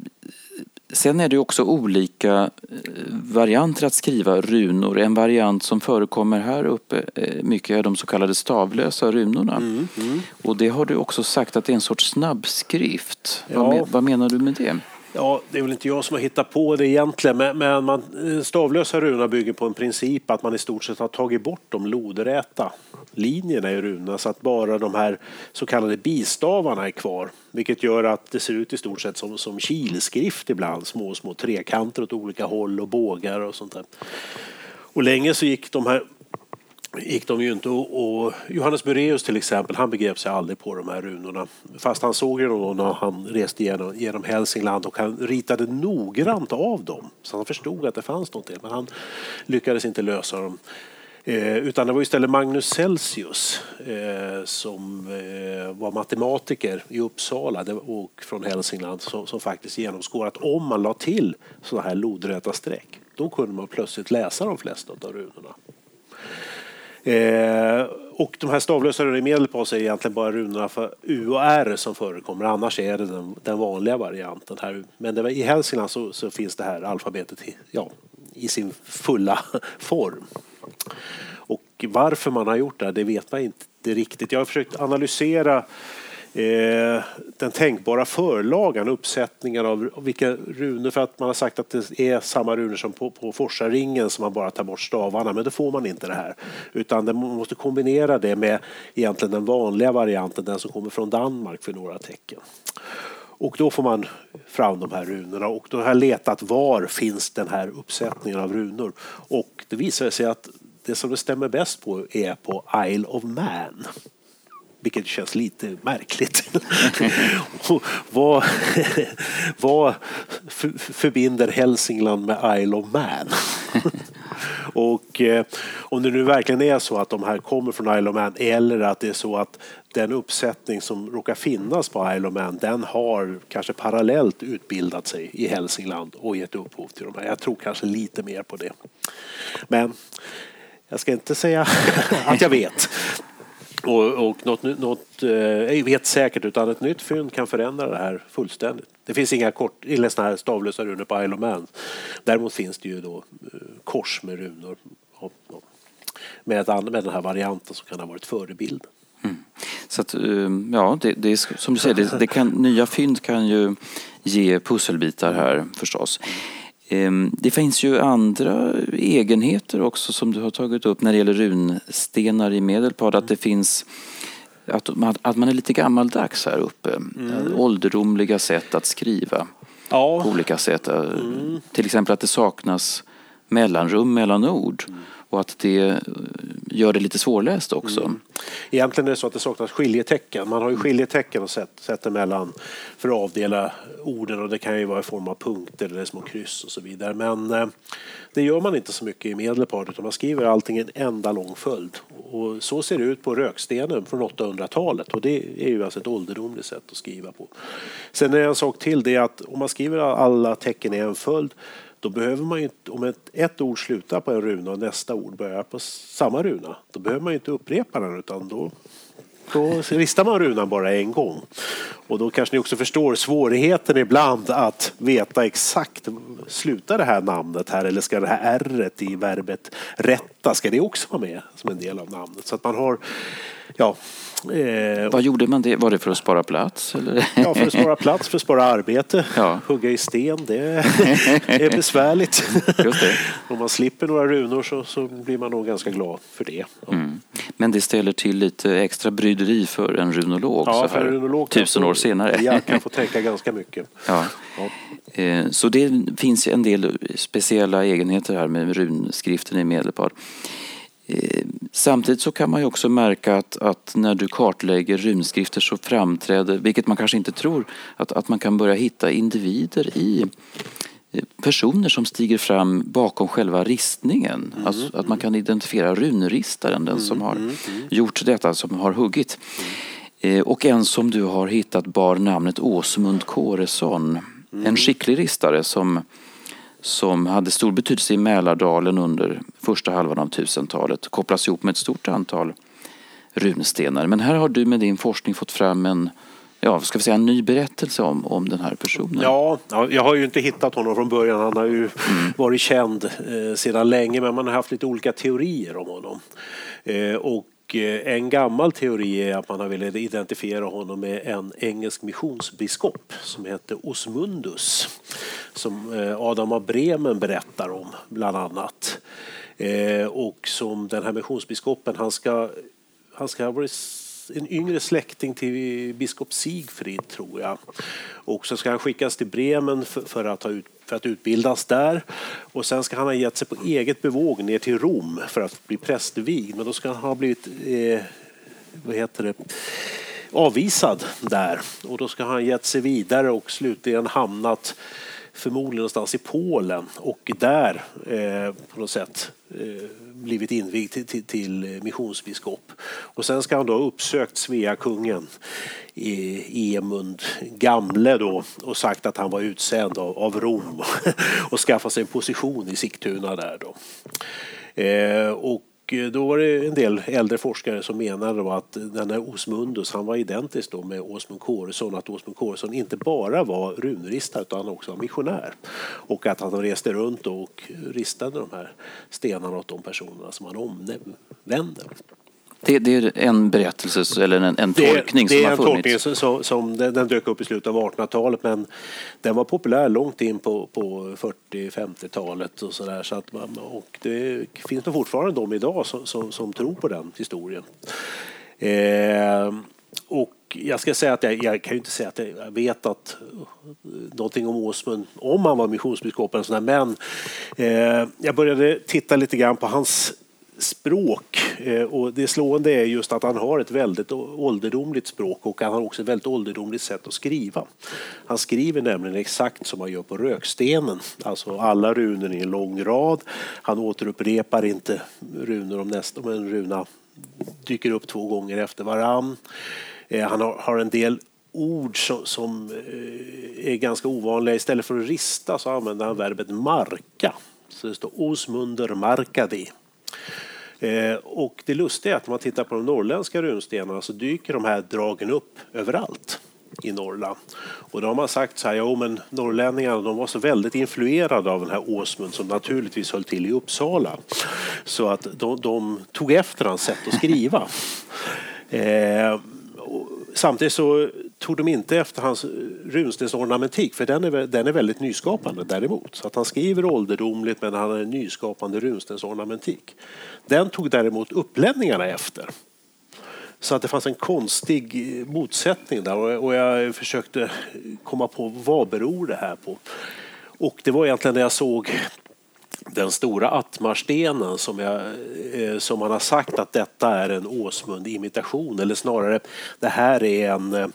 sen är det också olika varianter att skriva runor. En variant som förekommer här uppe mycket är de så kallade stavlösa runorna. Mm, mm. Och det har du också sagt att det är en sorts snabbskrift. Ja. Vad, men, vad menar du med det? Ja, det är väl inte jag som har hittat på det egentligen, men, men man, stavlösa runor bygger på en princip att man i stort sett har tagit bort de lodräta linjerna i runorna så att bara de här så kallade bistavarna är kvar. Vilket gör att det ser ut i stort sett som, som kilskrift ibland, små små trekanter åt olika håll och bågar och sånt där. Och länge så gick de här gick de ju inte och, och Johannes Bureus till exempel, han begrep sig aldrig på de här runorna. Fast han såg ju dem när han reste genom, genom Hälsingland och han ritade noggrant av dem. Så han förstod att det fanns något, men han lyckades inte lösa dem. Eh, utan det var istället Magnus Celsius eh, som eh, var matematiker i Uppsala och från Hälsingland som, som faktiskt genomskådat att om man la till sådana här lodräta streck, då kunde man plötsligt läsa de flesta av runorna. Eh, och de här stavlösa runorna i Medelpad är egentligen bara runorna för U och R som förekommer. Annars är det den, den vanliga varianten här. Men det var, i Hälsingland så, så finns det här alfabetet i, ja, i sin fulla form. Och varför man har gjort det, det vet man inte riktigt. Jag har försökt analysera Eh, den tänkbara förlagan, uppsättningar av, av vilka runor, för att man har sagt att det är samma runor som på, på Forsaringen som man bara tar bort stavarna, men då får man inte det här, utan man måste kombinera det med egentligen den vanliga varianten, den som kommer från Danmark för några tecken. Och då får man fram de här runorna och då har jag letat var finns den här uppsättningen av runor, och det visar sig att det som det stämmer bäst på är på Isle of Man. vilket känns lite märkligt. vad vad för, förbinder Hälsingland med Isle of Man? Och eh, om det nu verkligen är så att de här kommer från Isle of Man, eller att det är så att den uppsättning som råkar finnas på Isle of Man, den har kanske parallellt utbildat sig i Hälsingland och gett upphov till de här. Jag tror kanske lite mer på det. Men jag ska inte säga att jag vet. Och, och något, något, jag vet säkert, utan ett nytt fynd kan förändra det här fullständigt. Det finns inga kort, eller såna här stavlösa runor på Isle of Man. Däremot finns det ju då kors med runor med, ett, med den här varianten som kan ha varit förebild. Mm. Så att, ja, det, det är som du säger, det, det kan, nya fynd kan ju ge pusselbitar här förstås. Det finns ju andra egenheter också som du har tagit upp när det gäller runstenar i Medelpad. Att det finns att man, att man är lite gammaldags här uppe. Mm. Ålderdomliga sätt att skriva. Ja. På olika sätt. Mm. Till exempel att det saknas mellanrum mellan ord. Mm. Och att det gör det lite svårläst också. Mm. Egentligen är det så att det saknas skiljetecken. Man har ju skiljetecken och sätt, sätter mellan för att avdela orden. Och det kan ju vara i form av punkter eller små kryss och så vidare. Men eh, det gör man inte så mycket i Medelpad, utan man skriver allting i en enda lång följd. Och så ser det ut på rökstenen från åttahundratalet. Och det är ju alltså ett ålderdomligt sätt att skriva på. Sen är det en sak till, det är att om man skriver alla tecken i en följd, då behöver man ju inte, om ett, ett ord slutar på en runa och nästa ord börjar på samma runa, då behöver man ju inte upprepa den, utan då, då ristar man runan bara en gång. Och då kanske ni också förstår svårigheten ibland att veta exakt, slutar det här namnet här eller ska det här r-et i verbet rätta, ska det också vara med som en del av namnet? Så att man har, ja... Eh, Vad gjorde man det? Var det för att spara plats? Eller? Ja, för att spara plats, för att spara arbete. Ja. Hugga i sten, det är besvärligt. Just det. Om man slipper några runor så, så blir man nog ganska glad för det. Ja. Mm. Men det ställer till lite extra bryderi för en runolog, ja, så för här en runolog tusen år senare. Jag kan få tänka ganska mycket. Ja. Ja. Eh, så det finns en del speciella egenheter här med runskriften i Medelpad. Samtidigt så kan man ju också märka att, att när du kartlägger runskrifter så framträder, vilket man kanske inte tror, att, att man kan börja hitta individer i personer som stiger fram bakom själva ristningen. Mm. Alltså att man kan identifiera runristaren, den som har mm. gjort detta, som har huggit. Mm. Och en som du har hittat bar namnet Åsmund Kåresson. Mm. En skicklig ristare som som hade stor betydelse i Mälardalen under första halvan av tusentalet, kopplas ihop med ett stort antal runstenar. Men här har du med din forskning fått fram en, ja, ska vi säga, en ny berättelse om, om den här personen. Ja, jag har ju inte hittat honom från början. Han har ju mm. varit känd eh, sedan länge, men man har haft lite olika teorier om honom. Eh, och en gammal teori är att man har velat identifiera honom med en engelsk missionsbiskop som heter Osmundus, som Adam av Bremen berättar om bland annat. Och som den här missionsbiskopen, han ska, han ska ha varit en yngre släkting till biskop Sigfrid, tror jag. Och så ska han skickas till Bremen för, för, att, ta ut, för att utbildas där. Och sen ska han ha gett sig på eget bevåg ner till Rom för att bli prästvigd. Men då ska han ha blivit eh, vad heter det, avvisad där. Och då ska han gett sig vidare och slutligen hamnat förmodligen någonstans i Polen. Och där eh, på något sätt eh, blivit invigd till, till, till missionsbiskop. Och sen ska han då ha uppsökt Sveakungen i Emund gamle då och sagt att han var utsänd av, av Rom och skaffat sig en position i Sigtuna där då. Eh, och då var det en del äldre forskare som menade att den här Osmundus, han var identisk då med Åsmund Kåresson, att Åsmund Kåresson inte bara var runristare utan han också var missionär. Och att han reste runt och ristade de här stenarna åt de personerna som han omvände. Det, det är en berättelse eller en, en tolkning det, det som har funnits. Det är en tolkning som, som den, den dök upp i slutet av artonhundratalet, men den var populär långt in på, på fyrtio-femtiotalet och sådär. Så att man, och det finns det fortfarande de idag som, som, som tror på den historien. Eh, och jag ska säga att jag, jag kan ju inte säga att jag vet att någonting om Åsmund, om han var missionsbiskop eller sådär, men eh, jag började titta lite grann på hans språk. Och det slående är just att han har ett väldigt ålderdomligt språk och han har också ett väldigt ålderdomligt sätt att skriva. Han skriver nämligen exakt som man gör på rökstenen. Alltså alla runor i en lång rad. Han återupprepar inte runor om nästa, om en runa dyker upp två gånger efter varann. Han har en del ord som, som är ganska ovanliga. Istället för att rista så använder han verbet marka. Så det står osmunder markadi. Eh, och det lustiga är att när man tittar på de norrländska runstenarna så dyker de här dragen upp överallt i Norrland. Och då har man sagt så här, ja men norrlänningarna de var så väldigt influerade av den här Åsmund som naturligtvis höll till i Uppsala. Så att de, de tog efter hans sätt att skriva. Eh, samtidigt så tog de inte efter hans runstensornamentik, för den är, den är väldigt nyskapande däremot. Så att han skriver ålderdomligt men han har en nyskapande runstensornamentik. Den tog däremot upplänningarna efter. Så att det fanns en konstig motsättning där och jag försökte komma på vad beror det här på. Och det var egentligen när jag såg den stora Attmarstenen som, jag, som man har sagt att detta är en Åsmund-imitation, eller snarare det här är en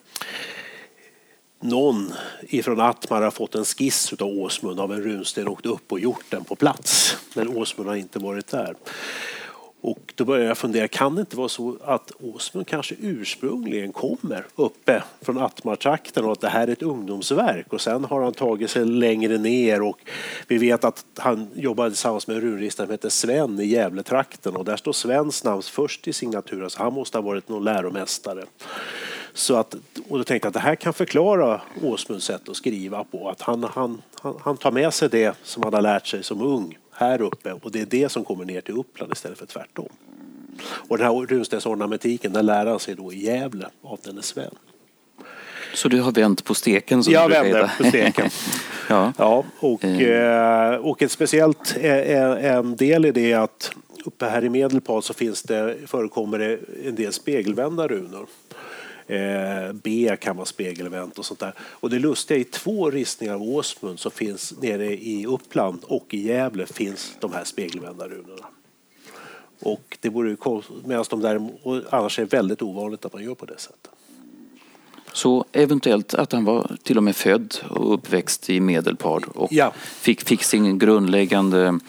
någon ifrån Attmar har fått en skiss av Åsmund av en runsten och åkt upp och gjort den på plats, men Åsmund har inte varit där. Och då började jag fundera, kan det inte vara så att Åsmund kanske ursprungligen kommer uppe från Attmartrakten och att det här är ett ungdomsverk och sen har han tagit sig längre ner och vi vet att han jobbade tillsammans med en runristare som heter Sven i Gävletrakten och där står Svens namn först i signaturen så han måste ha varit någon läromästare. Så att, och då tänkte jag att det här kan förklara Åsmunds sätt att skriva på, att han, han, han, han tar med sig det som han har lärt sig som ung här uppe och det är det som kommer ner till Uppland istället för tvärtom. Och den här runstensornamentiken den lär han sig då i Gävle av denne Sven. Så du har vänt på steken? Som jag du vände på steken. ja. Ja, och, mm. och ett speciellt en del i det att uppe här i Medelpad så finns det, förekommer det en del spegelvända runor. B kan vara spegelvänt och sånt där. Och det lustiga i två ristningar av Åsmund som finns nere i Uppland och i Gävle finns de här spegelvända runorna. Och det borde ju medan de där annars är väldigt ovanligt att man gör på det sättet. Så eventuellt att han var till och med född och uppväxt i Medelpad och ja. fick, fick sin grundläggande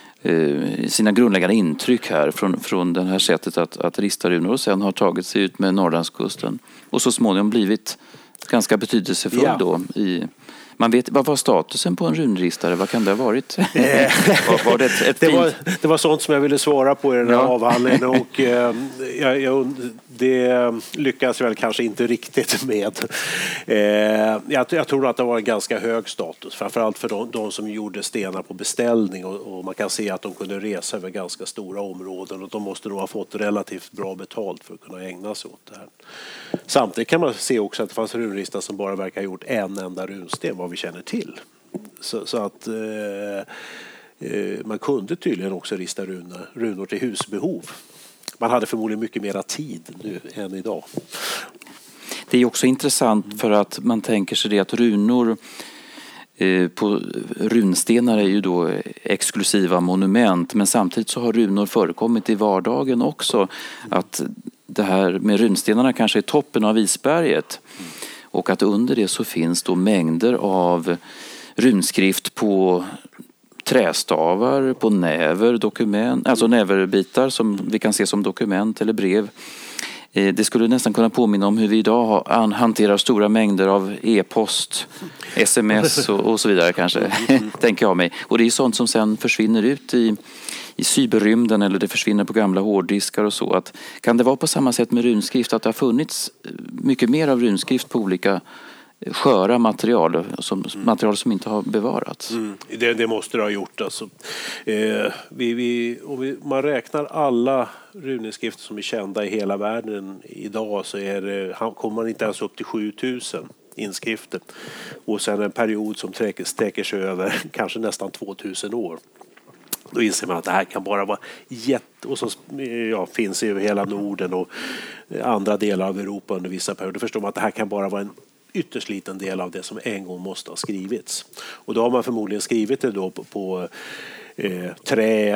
sina grundläggande intryck här från, från det här sättet att, att rista runor och sen har tagit sig ut med Norrlandskusten och så småningom blivit ganska betydelsefull ja. då i... Man vet, vad var statusen på en runristare? Vad kan det ha varit? var, var det, ett, ett det, var, det var sånt som jag ville svara på i den här ja. avhandlingen och eh, jag, jag, det lyckas väl kanske inte riktigt med. Eh, jag, jag tror att det var en ganska hög status, framförallt för de, de som gjorde stenar på beställning och, och man kan se att de kunde resa över ganska stora områden och de måste nog ha fått relativt bra betalt för att kunna ägna sig åt det här. Samtidigt kan man se också att det fanns runristare som bara verkar ha gjort en enda runsten vad vi känner till. Så, så att eh, eh, man kunde tydligen också rista runor, runor till husbehov. Man hade förmodligen mycket mera tid nu än idag. Det är också intressant för att man tänker sig det att runor eh, på runstenar är ju då exklusiva monument men samtidigt så har runor förekommit i vardagen också. Att det här med runstenarna kanske är toppen av isberget. Och att under det så finns då mängder av runskrift på trästavar, på näver, dokument, alltså näverbitar som vi kan se som dokument eller brev. Det skulle nästan kunna påminna om hur vi idag hanterar stora mängder av e-post, sms och, och så vidare kanske, tänker jag mig. Och det är sånt som sen försvinner ut i, i cyberrymden eller det försvinner på gamla hårddiskar och så. Att, kan det vara på samma sätt med runskrift att det har funnits mycket mer av runskrift på olika sköra material som, mm. material som inte har bevarats? Mm. Det, det måste det ha gjort. Alltså. Eh, vi, vi, om vi, man räknar alla runeskrifter som är kända i hela världen idag så är det, kommer man inte ens upp till sjutusen inskrifter. Och sen en period som sträcker sig över kanske nästan tvåtusen år. Då inser man att det här kan bara vara jätte... Och så ja, finns över hela Norden och andra delar av Europa under vissa perioder. Då förstår man att det här kan bara vara en ytterst liten del av det som en gång måste ha skrivits. Och då har man förmodligen skrivit det då på, på eh, trä,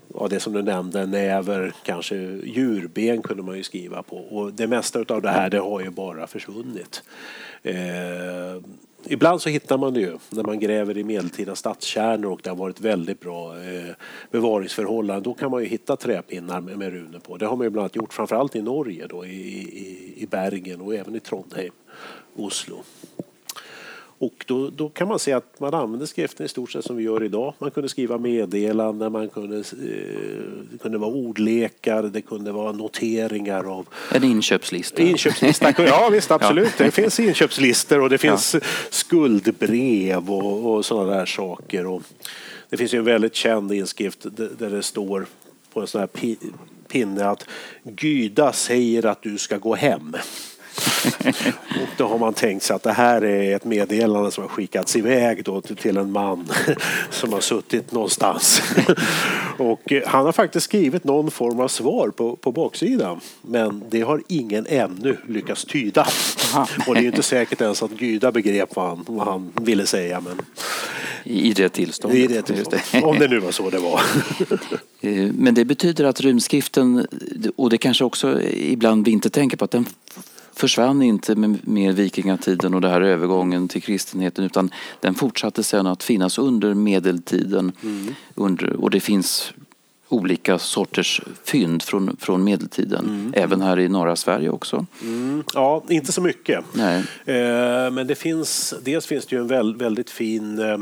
ja, det som du nämnde, näver, kanske djurben kunde man ju skriva på. Och det mesta av det här det har ju bara försvunnit. Eh, ibland så hittar man det ju när man gräver i medeltida stadskärnor och det har varit väldigt bra eh, bevaringsförhållanden. Då kan man ju hitta träpinnar med, med runor på. Det har man ju bland annat gjort framförallt i Norge då, i, i, i Bergen och även i Trondheim, Oslo. Och då, då kan man se att man använder skriften i stort sett som vi gör idag. Man kunde skriva meddelanden, man kunde, eh, det kunde vara ordlekar, det kunde vara noteringar av... En inköpslista. Inköpslista, ja visst, absolut. Ja. Det finns inköpslistor och det finns ja. skuldbrev och, och sådana där saker. Och det finns ju en väldigt känd inskrift där det står på en sån här pinne att Gyda säger att du ska gå hem. Och då har man tänkt sig att det här är ett meddelande som har skickats iväg då till en man som har suttit någonstans. Och han har faktiskt skrivit någon form av svar på, på baksidan. Men det har ingen ännu lyckats tyda. Aha. Och det är ju inte säkert ens att Gyda begrep vad han, vad han ville säga. Men I det tillståndet. I det tillståndet. Om det nu var så det var. Men det betyder att runskriften, och det kanske också ibland vi inte tänker på, att den försvann inte med, med vikingatiden och det här övergången till kristenheten, utan den fortsatte sedan att finnas under medeltiden. Mm. Under, och det finns olika sorters fynd från, från medeltiden. Mm. Även här i norra Sverige också. Mm. Ja, inte så mycket. Nej. Eh, men det finns, dels finns det ju en väl, väldigt fin eh,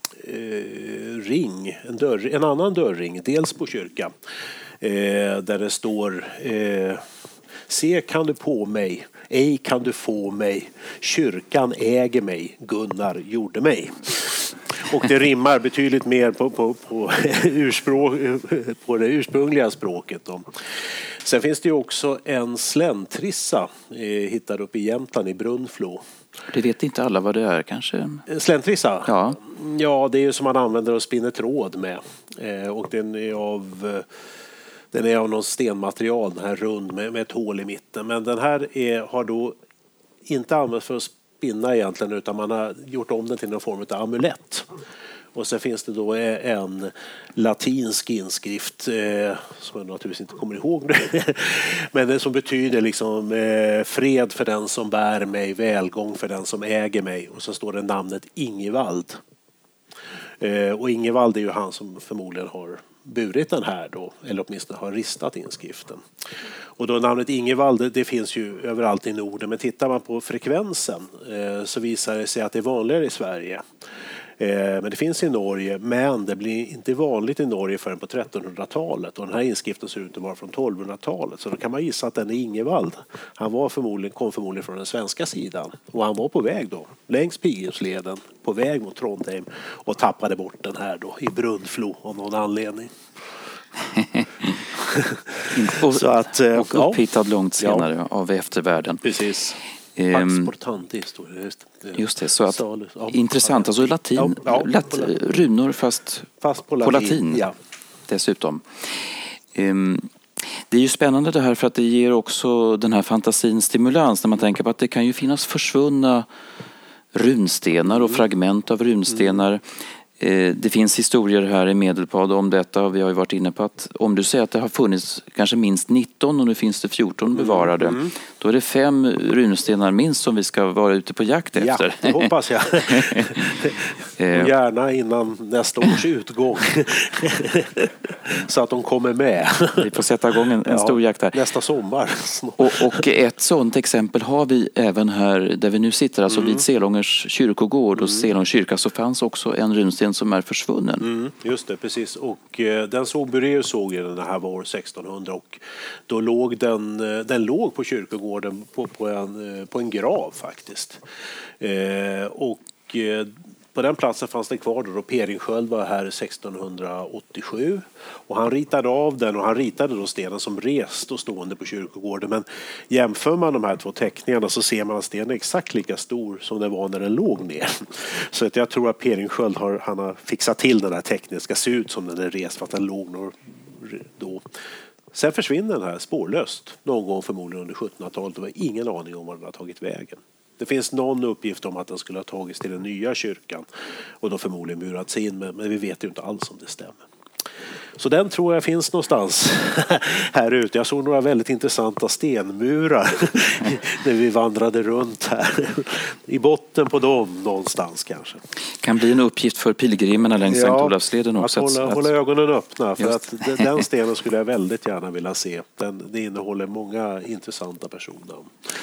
ring, en, dörr, en annan dörrring, dels på kyrka. Eh, där det står eh, se kan du på mig, ej kan du få mig, kyrkan äger mig, Gunnar gjorde mig. Och det rimmar betydligt mer på, på, på, urspråk, på det ursprungliga språket. Då. Sen finns det ju också en släntrissa eh, hittad uppe i Jämtland i Brunflo. Det vet inte alla vad det är kanske. Släntrissa? Ja. Ja, det är ju som man använder och spinner tråd med. Eh, och den är av... Den är av någon stenmaterial, den här rund med, med ett hål i mitten. Men den här är, har då inte använts för att spinna egentligen, utan man har gjort om den till någon form av amulett. Och sen finns det då en latinsk inskrift eh, som jag naturligtvis inte kommer ihåg nu. Men det som betyder liksom eh, fred för den som bär mig, välgång för den som äger mig. Och så står det namnet Ingevald. Eh, och Ingevald är ju han som förmodligen har burit den här då, eller åtminstone har ristat inskriften. Och då namnet Ingevald, det finns ju överallt i Norden, men tittar man på frekvensen eh, så visar det sig att det är vanligare i Sverige. Eh, men det finns i Norge, men det blir inte vanligt i Norge förrän på trettonhundratalet. Och den här inskriften ser ut att vara från tolvhundratalet, så då kan man gissa att den är Ingevald. Han var förmodligen, kom förmodligen från den svenska sidan, och han var på väg då, längs Pilgrimsleden, på väg mot Trondheim, och tappade bort den här då i Brunflo av någon anledning. och, så att, och upphittad långt senare ja. av eftervärlden. Precis. Pax portante historia. Just det, just det så att Salus, ja, intressant, alltså latin, ja, ja, lat, runor fast, fast på latin, på latin ja. dessutom. Um, det är ju spännande det här, för att det ger också den här fantasin stimulans när man tänker på att det kan ju finnas försvunna runstenar och mm. fragment av runstenar. Mm. Det finns historier här i Medelpad om detta, och vi har ju varit inne på att om du säger att det har funnits kanske minst nitton och nu finns det fjorton bevarade, mm. då är det fem runstenar minst som vi ska vara ute på jakt efter. Ja, det hoppas jag. Och gärna innan nästa års utgång. Så att de kommer med. Vi får sätta igång en, en ja, stor jakt här. Nästa sommar. och, och ett sådant exempel har vi även här där vi nu sitter, alltså mm. vid Selångers kyrkogård och mm. Selångs kyrka, så fanns också en runsten som är försvunnen. Mm, just det, precis. Och eh, den såg Bureus såg den här var sextonhundra, och då låg den, den låg på kyrkogården på, på, en, på en grav faktiskt. Eh, och eh, på den platsen fanns det kvar då, då Peringsköld var här sextonhundraåttiosju, och han ritade av den, och han ritade då stenen som rest och stående på kyrkogården. Men jämför man de här två teckningarna så ser man att stenen är exakt lika stor som den var när den låg ner. Så att jag tror att Peringsköld har, han har fixat till den här teckningen, ska se ut som den är rest för att den låg då. Sen försvinner den här spårlöst någon gång förmodligen under sjuttonhundratalet. Det var ingen aning om var den har tagit vägen. Det finns någon uppgift om att den skulle ha tagits till den nya kyrkan och då förmodligen murats in, men vi vet ju inte alls om det stämmer. Så den tror jag finns någonstans här ute. Jag såg några väldigt intressanta stenmurar när vi vandrade runt här. I botten på dem någonstans kanske. Kan bli en uppgift för pilgrimerna längs ja, Sankt Olavsleden också. Att hålla, att hålla ögonen öppna. För Just. att den stenen skulle jag väldigt gärna vilja se. Den, det innehåller många intressanta personer.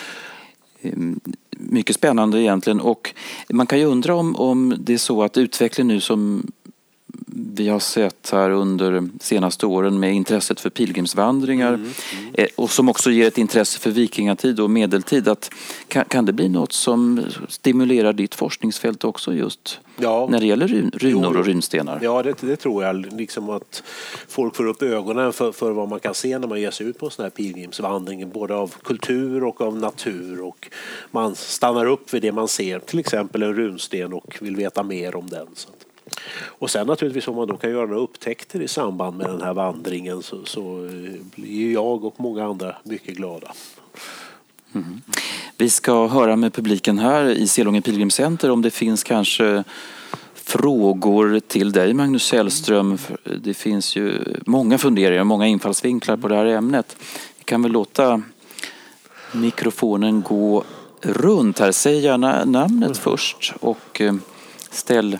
Mycket spännande egentligen, och man kan ju undra om, om det är så att utvecklingen nu som vi har sett här under senaste åren med intresset för pilgrimsvandringar mm, mm. och som också ger ett intresse för vikingatid och medeltid, att kan, kan det bli något som stimulerar ditt forskningsfält också just ja. när det gäller run, runor och runstenar? Ja, det, det tror jag. Liksom att folk får upp ögonen för, för vad man kan se när man ger sig ut på en sån här pilgrimsvandring, både av kultur och av natur, och man stannar upp vid det man ser, till exempel en runsten, och vill veta mer om den. Så. Och sen naturligtvis om man då kan göra några upptäckter i samband med den här vandringen så, så blir jag och många andra mycket glada. Mm. Vi ska höra med publiken här i Selången Pilgrimscenter om det finns kanske frågor till dig, Magnus Källström. Det finns ju många funderingar, många infallsvinklar på det här ämnet. Vi kan väl låta mikrofonen gå runt här. Säg gärna namnet först och ställ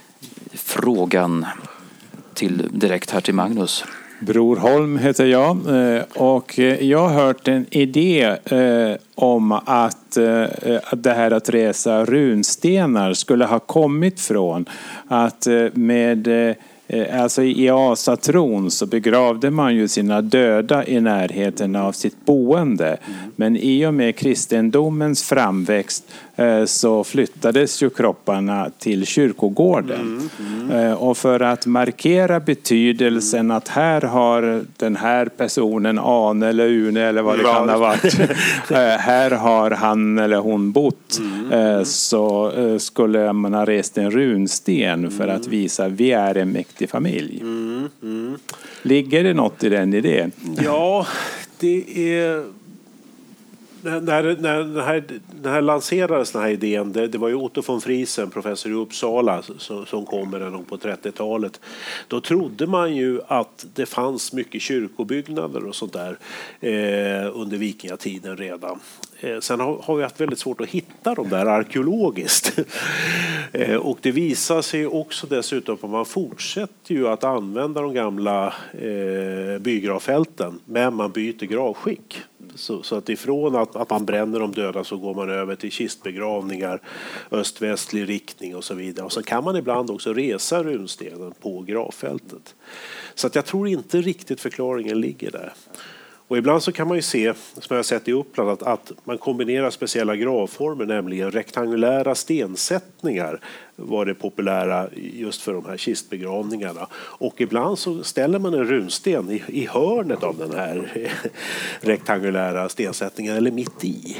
frågan till, direkt här till Magnus. Bror Holm heter jag och jag har hört en idé om att det här att resa runstenar skulle ha kommit från att med alltså i asatron så begravde man ju sina döda i närheten av sitt boende. Mm. Men i och med kristendomens framväxt så flyttades ju kropparna till kyrkogården. Mm. Mm. Och för att markera betydelsen mm. att här har den här personen, Ane eller Une eller vad det Bra. kan ha varit. Här har han eller hon bott. Mm. Så skulle man ha rest en runsten för att visa vi är en mäktig familj. Mm. Mm. Ligger det något i den idén? Ja, det är... När, när, när, här, när här lanserades den här idén, det, det var ju Otto von Friesen, professor i Uppsala, som, som kom med den på trettiotalet. Då trodde man ju att det fanns mycket kyrkobyggnader och sånt där eh, under vikingatiden redan. Eh, sen har, har vi haft väldigt svårt att hitta dem där arkeologiskt. eh, och det visar sig också dessutom att man fortsätter ju att använda de gamla eh, bygravfälten, men man byter gravskick. Så, så att ifrån att, att man bränner de döda så går man över till kistbegravningar, öst-västlig riktning och så vidare. Och så kan man ibland också resa runstenen på gravfältet. Så att jag tror inte riktigt förklaringen ligger där. Och ibland så kan man ju se, som jag har sett i Uppland, att, att man kombinerar speciella gravformer, nämligen rektangulära stensättningar var det populära just för de här kistbegravningarna. Och ibland så ställer man en runsten i, i hörnet av den här rektangulära stensättningen, eller mitt i.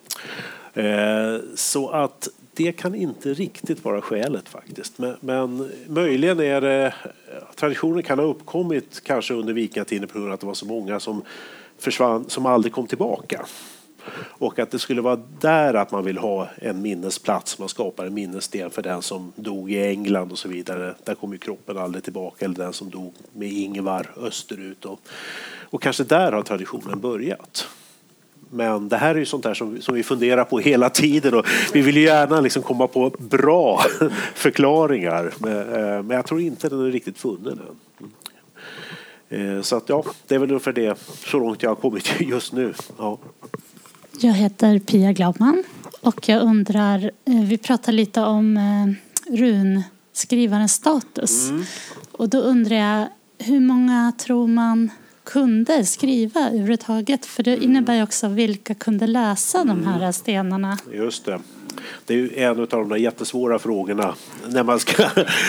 Eh, så att det kan inte riktigt vara skälet faktiskt. Men, men möjligen är det, traditionen kan ha uppkommit kanske under vikingatiden på grund av att det var så många som försvann, som aldrig kom tillbaka. Och att det skulle vara där att man vill ha en minnesplats, man skapar en minnessten för den som dog i England och så vidare. Där kom ju kroppen aldrig tillbaka, eller den som dog med Ingvar österut. Och, och kanske där har traditionen börjat. Men det här är ju sånt där som, som vi funderar på hela tiden, och vi vill ju gärna liksom komma på bra förklaringar, men, men jag tror inte den är riktigt funnen än. Så att ja, det är väl ungefär det så långt jag har kommit just nu. Ja. Jag heter Pia Glaubman och jag undrar, vi pratar lite om runskrivarens status. Mm. Och då undrar jag, hur många tror man kunde skriva överhuvudtaget? För det innebär ju också vilka kunde läsa de här stenarna. Just det. Det är ju en av de där jättesvåra frågorna när man ska...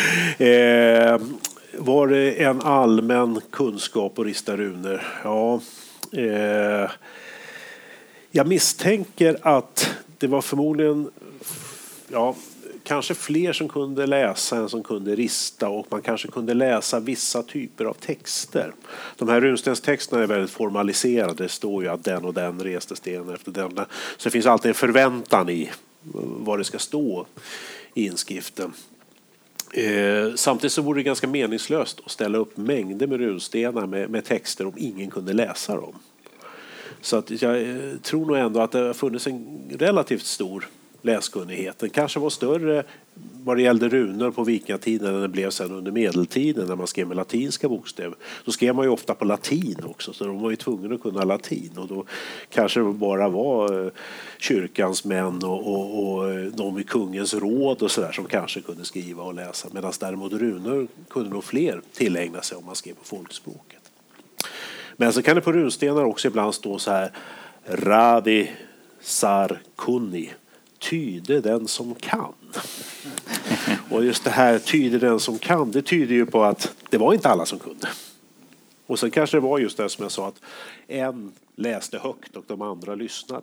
eh, var det en allmän kunskap att rista runor? Ja... Eh, jag misstänker att det var förmodligen... Ja, kanske fler som kunde läsa än som kunde rista, och man kanske kunde läsa vissa typer av texter. De här runstenstexterna är väldigt formaliserade. Det står ju att den och den reste stenen efter den. Så det finns alltid en förväntan i vad det ska stå i inskriften. Eh, samtidigt så vore det ganska meningslöst att ställa upp mängder med runstenar med, med texter om ingen kunde läsa dem. Så att jag eh, tror nog ändå att det har funnits en relativt stor läskunnighet. Den kanske var större vad det gällde runor på vikingatiden än det blev sen under medeltiden när man skrev med latinska bokstäver. Då skrev man ju ofta på latin också, så de var ju tvungna att kunna latin. Och då kanske det bara var kyrkans män och, och, och de i kungens råd och sådär som kanske kunde skriva och läsa. Medan däremot runor kunde nog fler tillägna sig om man skrev på folkspråket. Men så kan det på runstenar också ibland stå så här: Radi sar kunni, tyder den som kan. Och just det här tyder den som kan, det tyder ju på att det var inte alla som kunde. Och sen kanske det var just det som jag sa, att en läste högt och de andra lyssnade.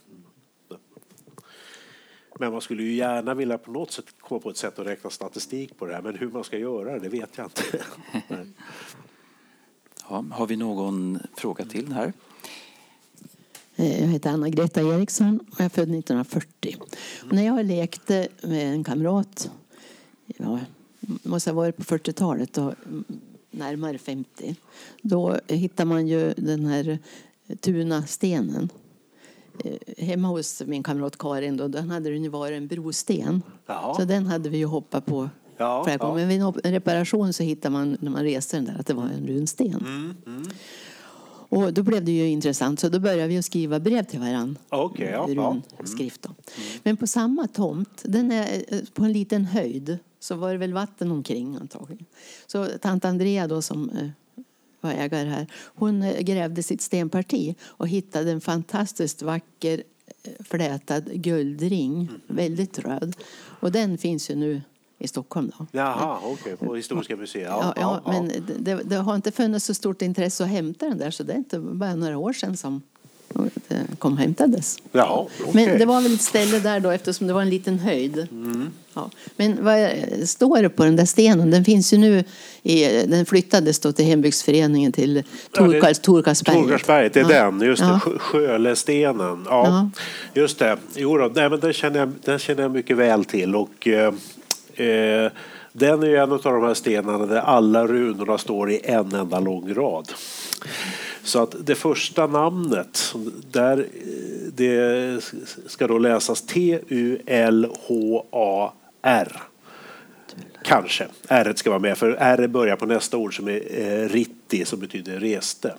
Men man skulle ju gärna vilja på något sätt komma på ett sätt att räkna statistik på det här. Men hur man ska göra det vet jag inte. Ja, har vi någon fråga till här? Jag heter Anna-Greta Eriksson och jag är född nittonhundrafyrtio. Och när jag lekte med en kamrat, ja, måste ha varit på fyrtiotalet och närmare femtio, då hittar man ju den här tunastenen. Hemma hos min kamrat Karin då, den hade den ju varit en brosten. Jaha. Så den hade vi ju hoppat på. Ja, ja. Men vid en reparation så hittar man när man reste den där att det var en runsten. Mm, mm. Och då blev det ju intressant, så då började vi att skriva brev till varandra. Okay, ja, ja. Skrift då. Mm. Men på samma tomt, den är på en liten höjd, så var det väl vatten omkring antagligen. Så tant Andrea då som var ägare här, hon grävde sitt stenparti och hittade en fantastiskt vacker flätad guldring, mm. väldigt röd. Och den finns ju nu i Stockholm då. Jaha, okej, okay, på Historiska museet. Ja, ja, ja, ja, men det, det har inte funnits så stort intresse att hämta den där, så det är inte bara några år sedan som det kom och hämtades. Ja, okay. Men det var väl ett ställe där då, eftersom det var en liten höjd. Mm. Ja. Men vad står det på den där stenen? Den finns ju nu, i, den flyttades då till hembygdsföreningen till Torkars, Torkarsberget. Torkarsberget, det är ja. den, just ja. det, Sjölestenen. Ja, ja. Just det. Jo då, nej, men den känner jag, den känner jag mycket väl till och eh, Eh, den är ju en av de här stenarna där alla runorna står i en enda lång rad. Så att det första namnet där, det ska då läsas T U L H A R. Kanske. R ska vara med, för R börjar på nästa ord som är eh, ritti, som betyder reste.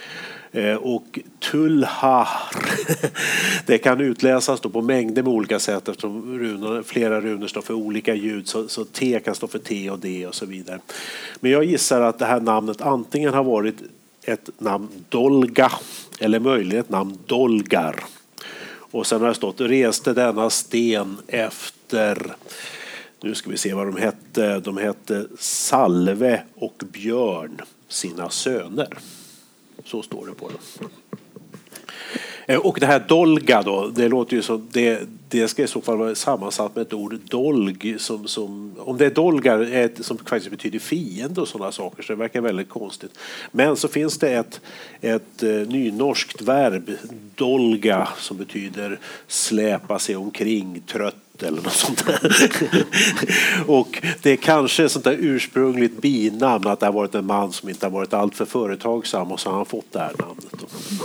Och Tullhar, det kan utläsas då på mängder med olika sätt eftersom runor, flera runor står för olika ljud, så, så T kan stå för T och D och så vidare. Men jag gissar att det här namnet antingen har varit ett namn Dolga eller möjligen ett namn Dolgar. Och sen har det stått reste denna sten efter, nu ska vi se vad de hette, de hette Salve och Björn, sina söner. Så står det på det. Och det här dolga då, det låter ju som det, det ska i så fall vara sammansatt med ett ord dolg som, som om det är dolgar ett, som faktiskt betyder fiende och sådana saker, så det verkar väldigt konstigt. Men så finns det ett, ett uh, nynorskt verb, dolga, som betyder släpa sig omkring, trött eller något sånt där. Och det är kanske ett sånt där ursprungligt binamn att det har varit en man som inte har varit allt för företagsam och så har han fått det här namnet.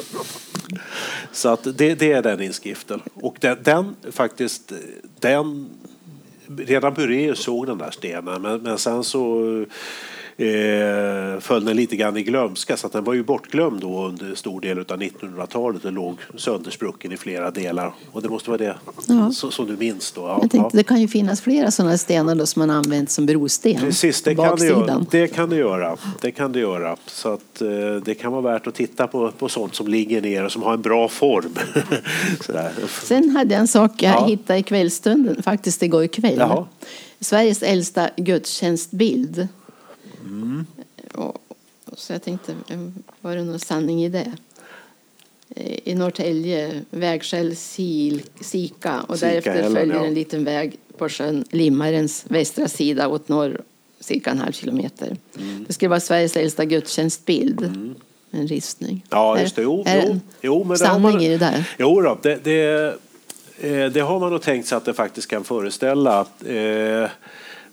Så att det, det är den inskriften. Och den, den faktiskt, den, redan Bureus såg den där stenen, men, men sen så eh, föll den lite grann i glömska, så att den var ju bortglömd då under stor del av nittonhundratalet och låg söndersprucken i flera delar. Och det måste vara det ja. så, som du minns då. Ja, jag tänkte, ja. Det kan ju finnas flera sådana stenar då som man använt som brosten. Precis, det kan det, göra. det kan det göra. Det kan det göra. Så att eh, det kan vara värt att titta på, på sånt som ligger ner och som har en bra form. Sådär. Sen hade jag en sak jag ja. hittade i kvällstunden, faktiskt igår ikväll. Jaha. Sveriges äldsta gudstjänstbild. Mm. Och, och så jag tänkte, var det någon sanning i det? I Norrtälje, vägskäl Sika, och Sika därefter Ellen, följer ja. en liten väg på sjön Limmarens västra sida åt norr, cirka en halv kilometer. Mm. Det ska vara Sveriges äldsta gudstjänstbild. Mm. En ristning. Ja, just det. Jo, är, jo, jo, men sanning det man, i det där? Jo då, det, det, det har man nog tänkt sig att det faktiskt kan föreställa. Eh,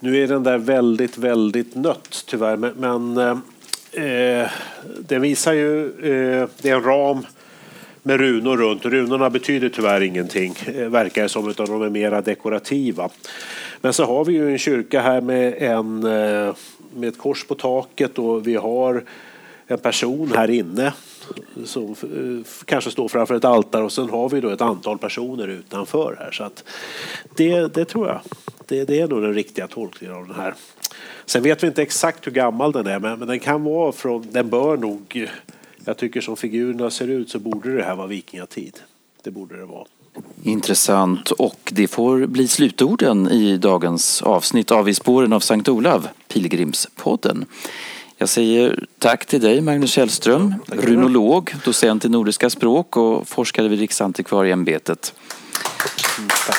Nu är den där väldigt, väldigt nött tyvärr, men, men eh, det visar ju, eh, det är en ram med runor runt. Runorna betyder tyvärr ingenting, eh, verkar det som, utan de är mera dekorativa. Men så har vi ju en kyrka här med, en, eh, med ett kors på taket, och vi har en person här inne som eh, kanske står framför ett altare, och sen har vi då ett antal personer utanför här. Så att det, det tror jag. Det, det är nog den riktiga tolkningen av den här. Sen vet vi inte exakt hur gammal den är, men, men den kan vara från, den bör nog, jag tycker som figurerna ser ut så borde det här vara vikingatid. Det borde det vara. Intressant, och det får bli slutorden i dagens avsnitt av I spåren av Sankt Olav, Pilgrimspodden. Jag säger tack till dig, Magnus Källström, ja, runolog, docent i nordiska språk och forskare vid Riksantikvarieämbetet. Mm, tack.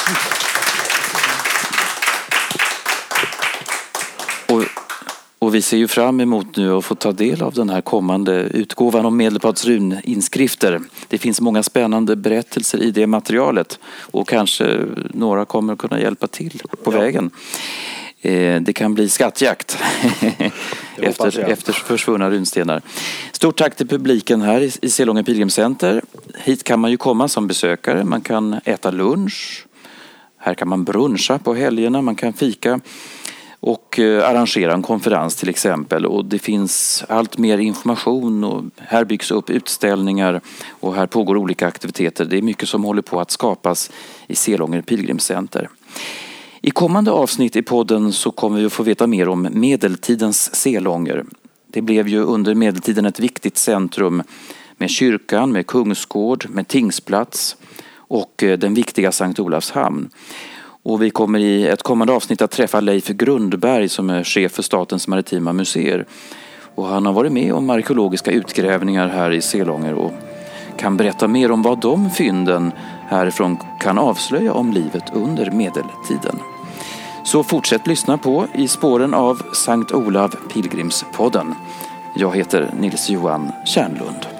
Och, och vi ser ju fram emot nu att få ta del av den här kommande utgåvan om Medelpads runinskrifter. Det finns många spännande berättelser i det materialet, och kanske några kommer kunna hjälpa till på ja. vägen. Eh, det kan bli skattjakt efter, efter försvunna runstenar. Stort tack till publiken här i, i Selången Pilgrimscenter. Hit kan man ju komma som besökare. Man kan äta lunch. Här kan man bruncha på helgerna. Man kan fika och arrangera en konferens till exempel. Och det finns allt mer information, och här byggs upp utställningar och här pågår olika aktiviteter. Det är mycket som håller på att skapas i Selånger Pilgrimscenter. I kommande avsnitt i podden så kommer vi att få veta mer om medeltidens Selånger. Det blev ju under medeltiden ett viktigt centrum med kyrkan, med kungsgård, med tingsplats och den viktiga Sankt Olavs hamn. Och vi kommer i ett kommande avsnitt att träffa Leif Grundberg som är chef för Statens maritima museer. Och han har varit med om arkeologiska utgrävningar här i Selånger och kan berätta mer om vad de fynden härifrån kan avslöja om livet under medeltiden. Så fortsätt lyssna på I spåren av Sankt Olav Pilgrimspodden. Jag heter Nils Johan Kärnlund.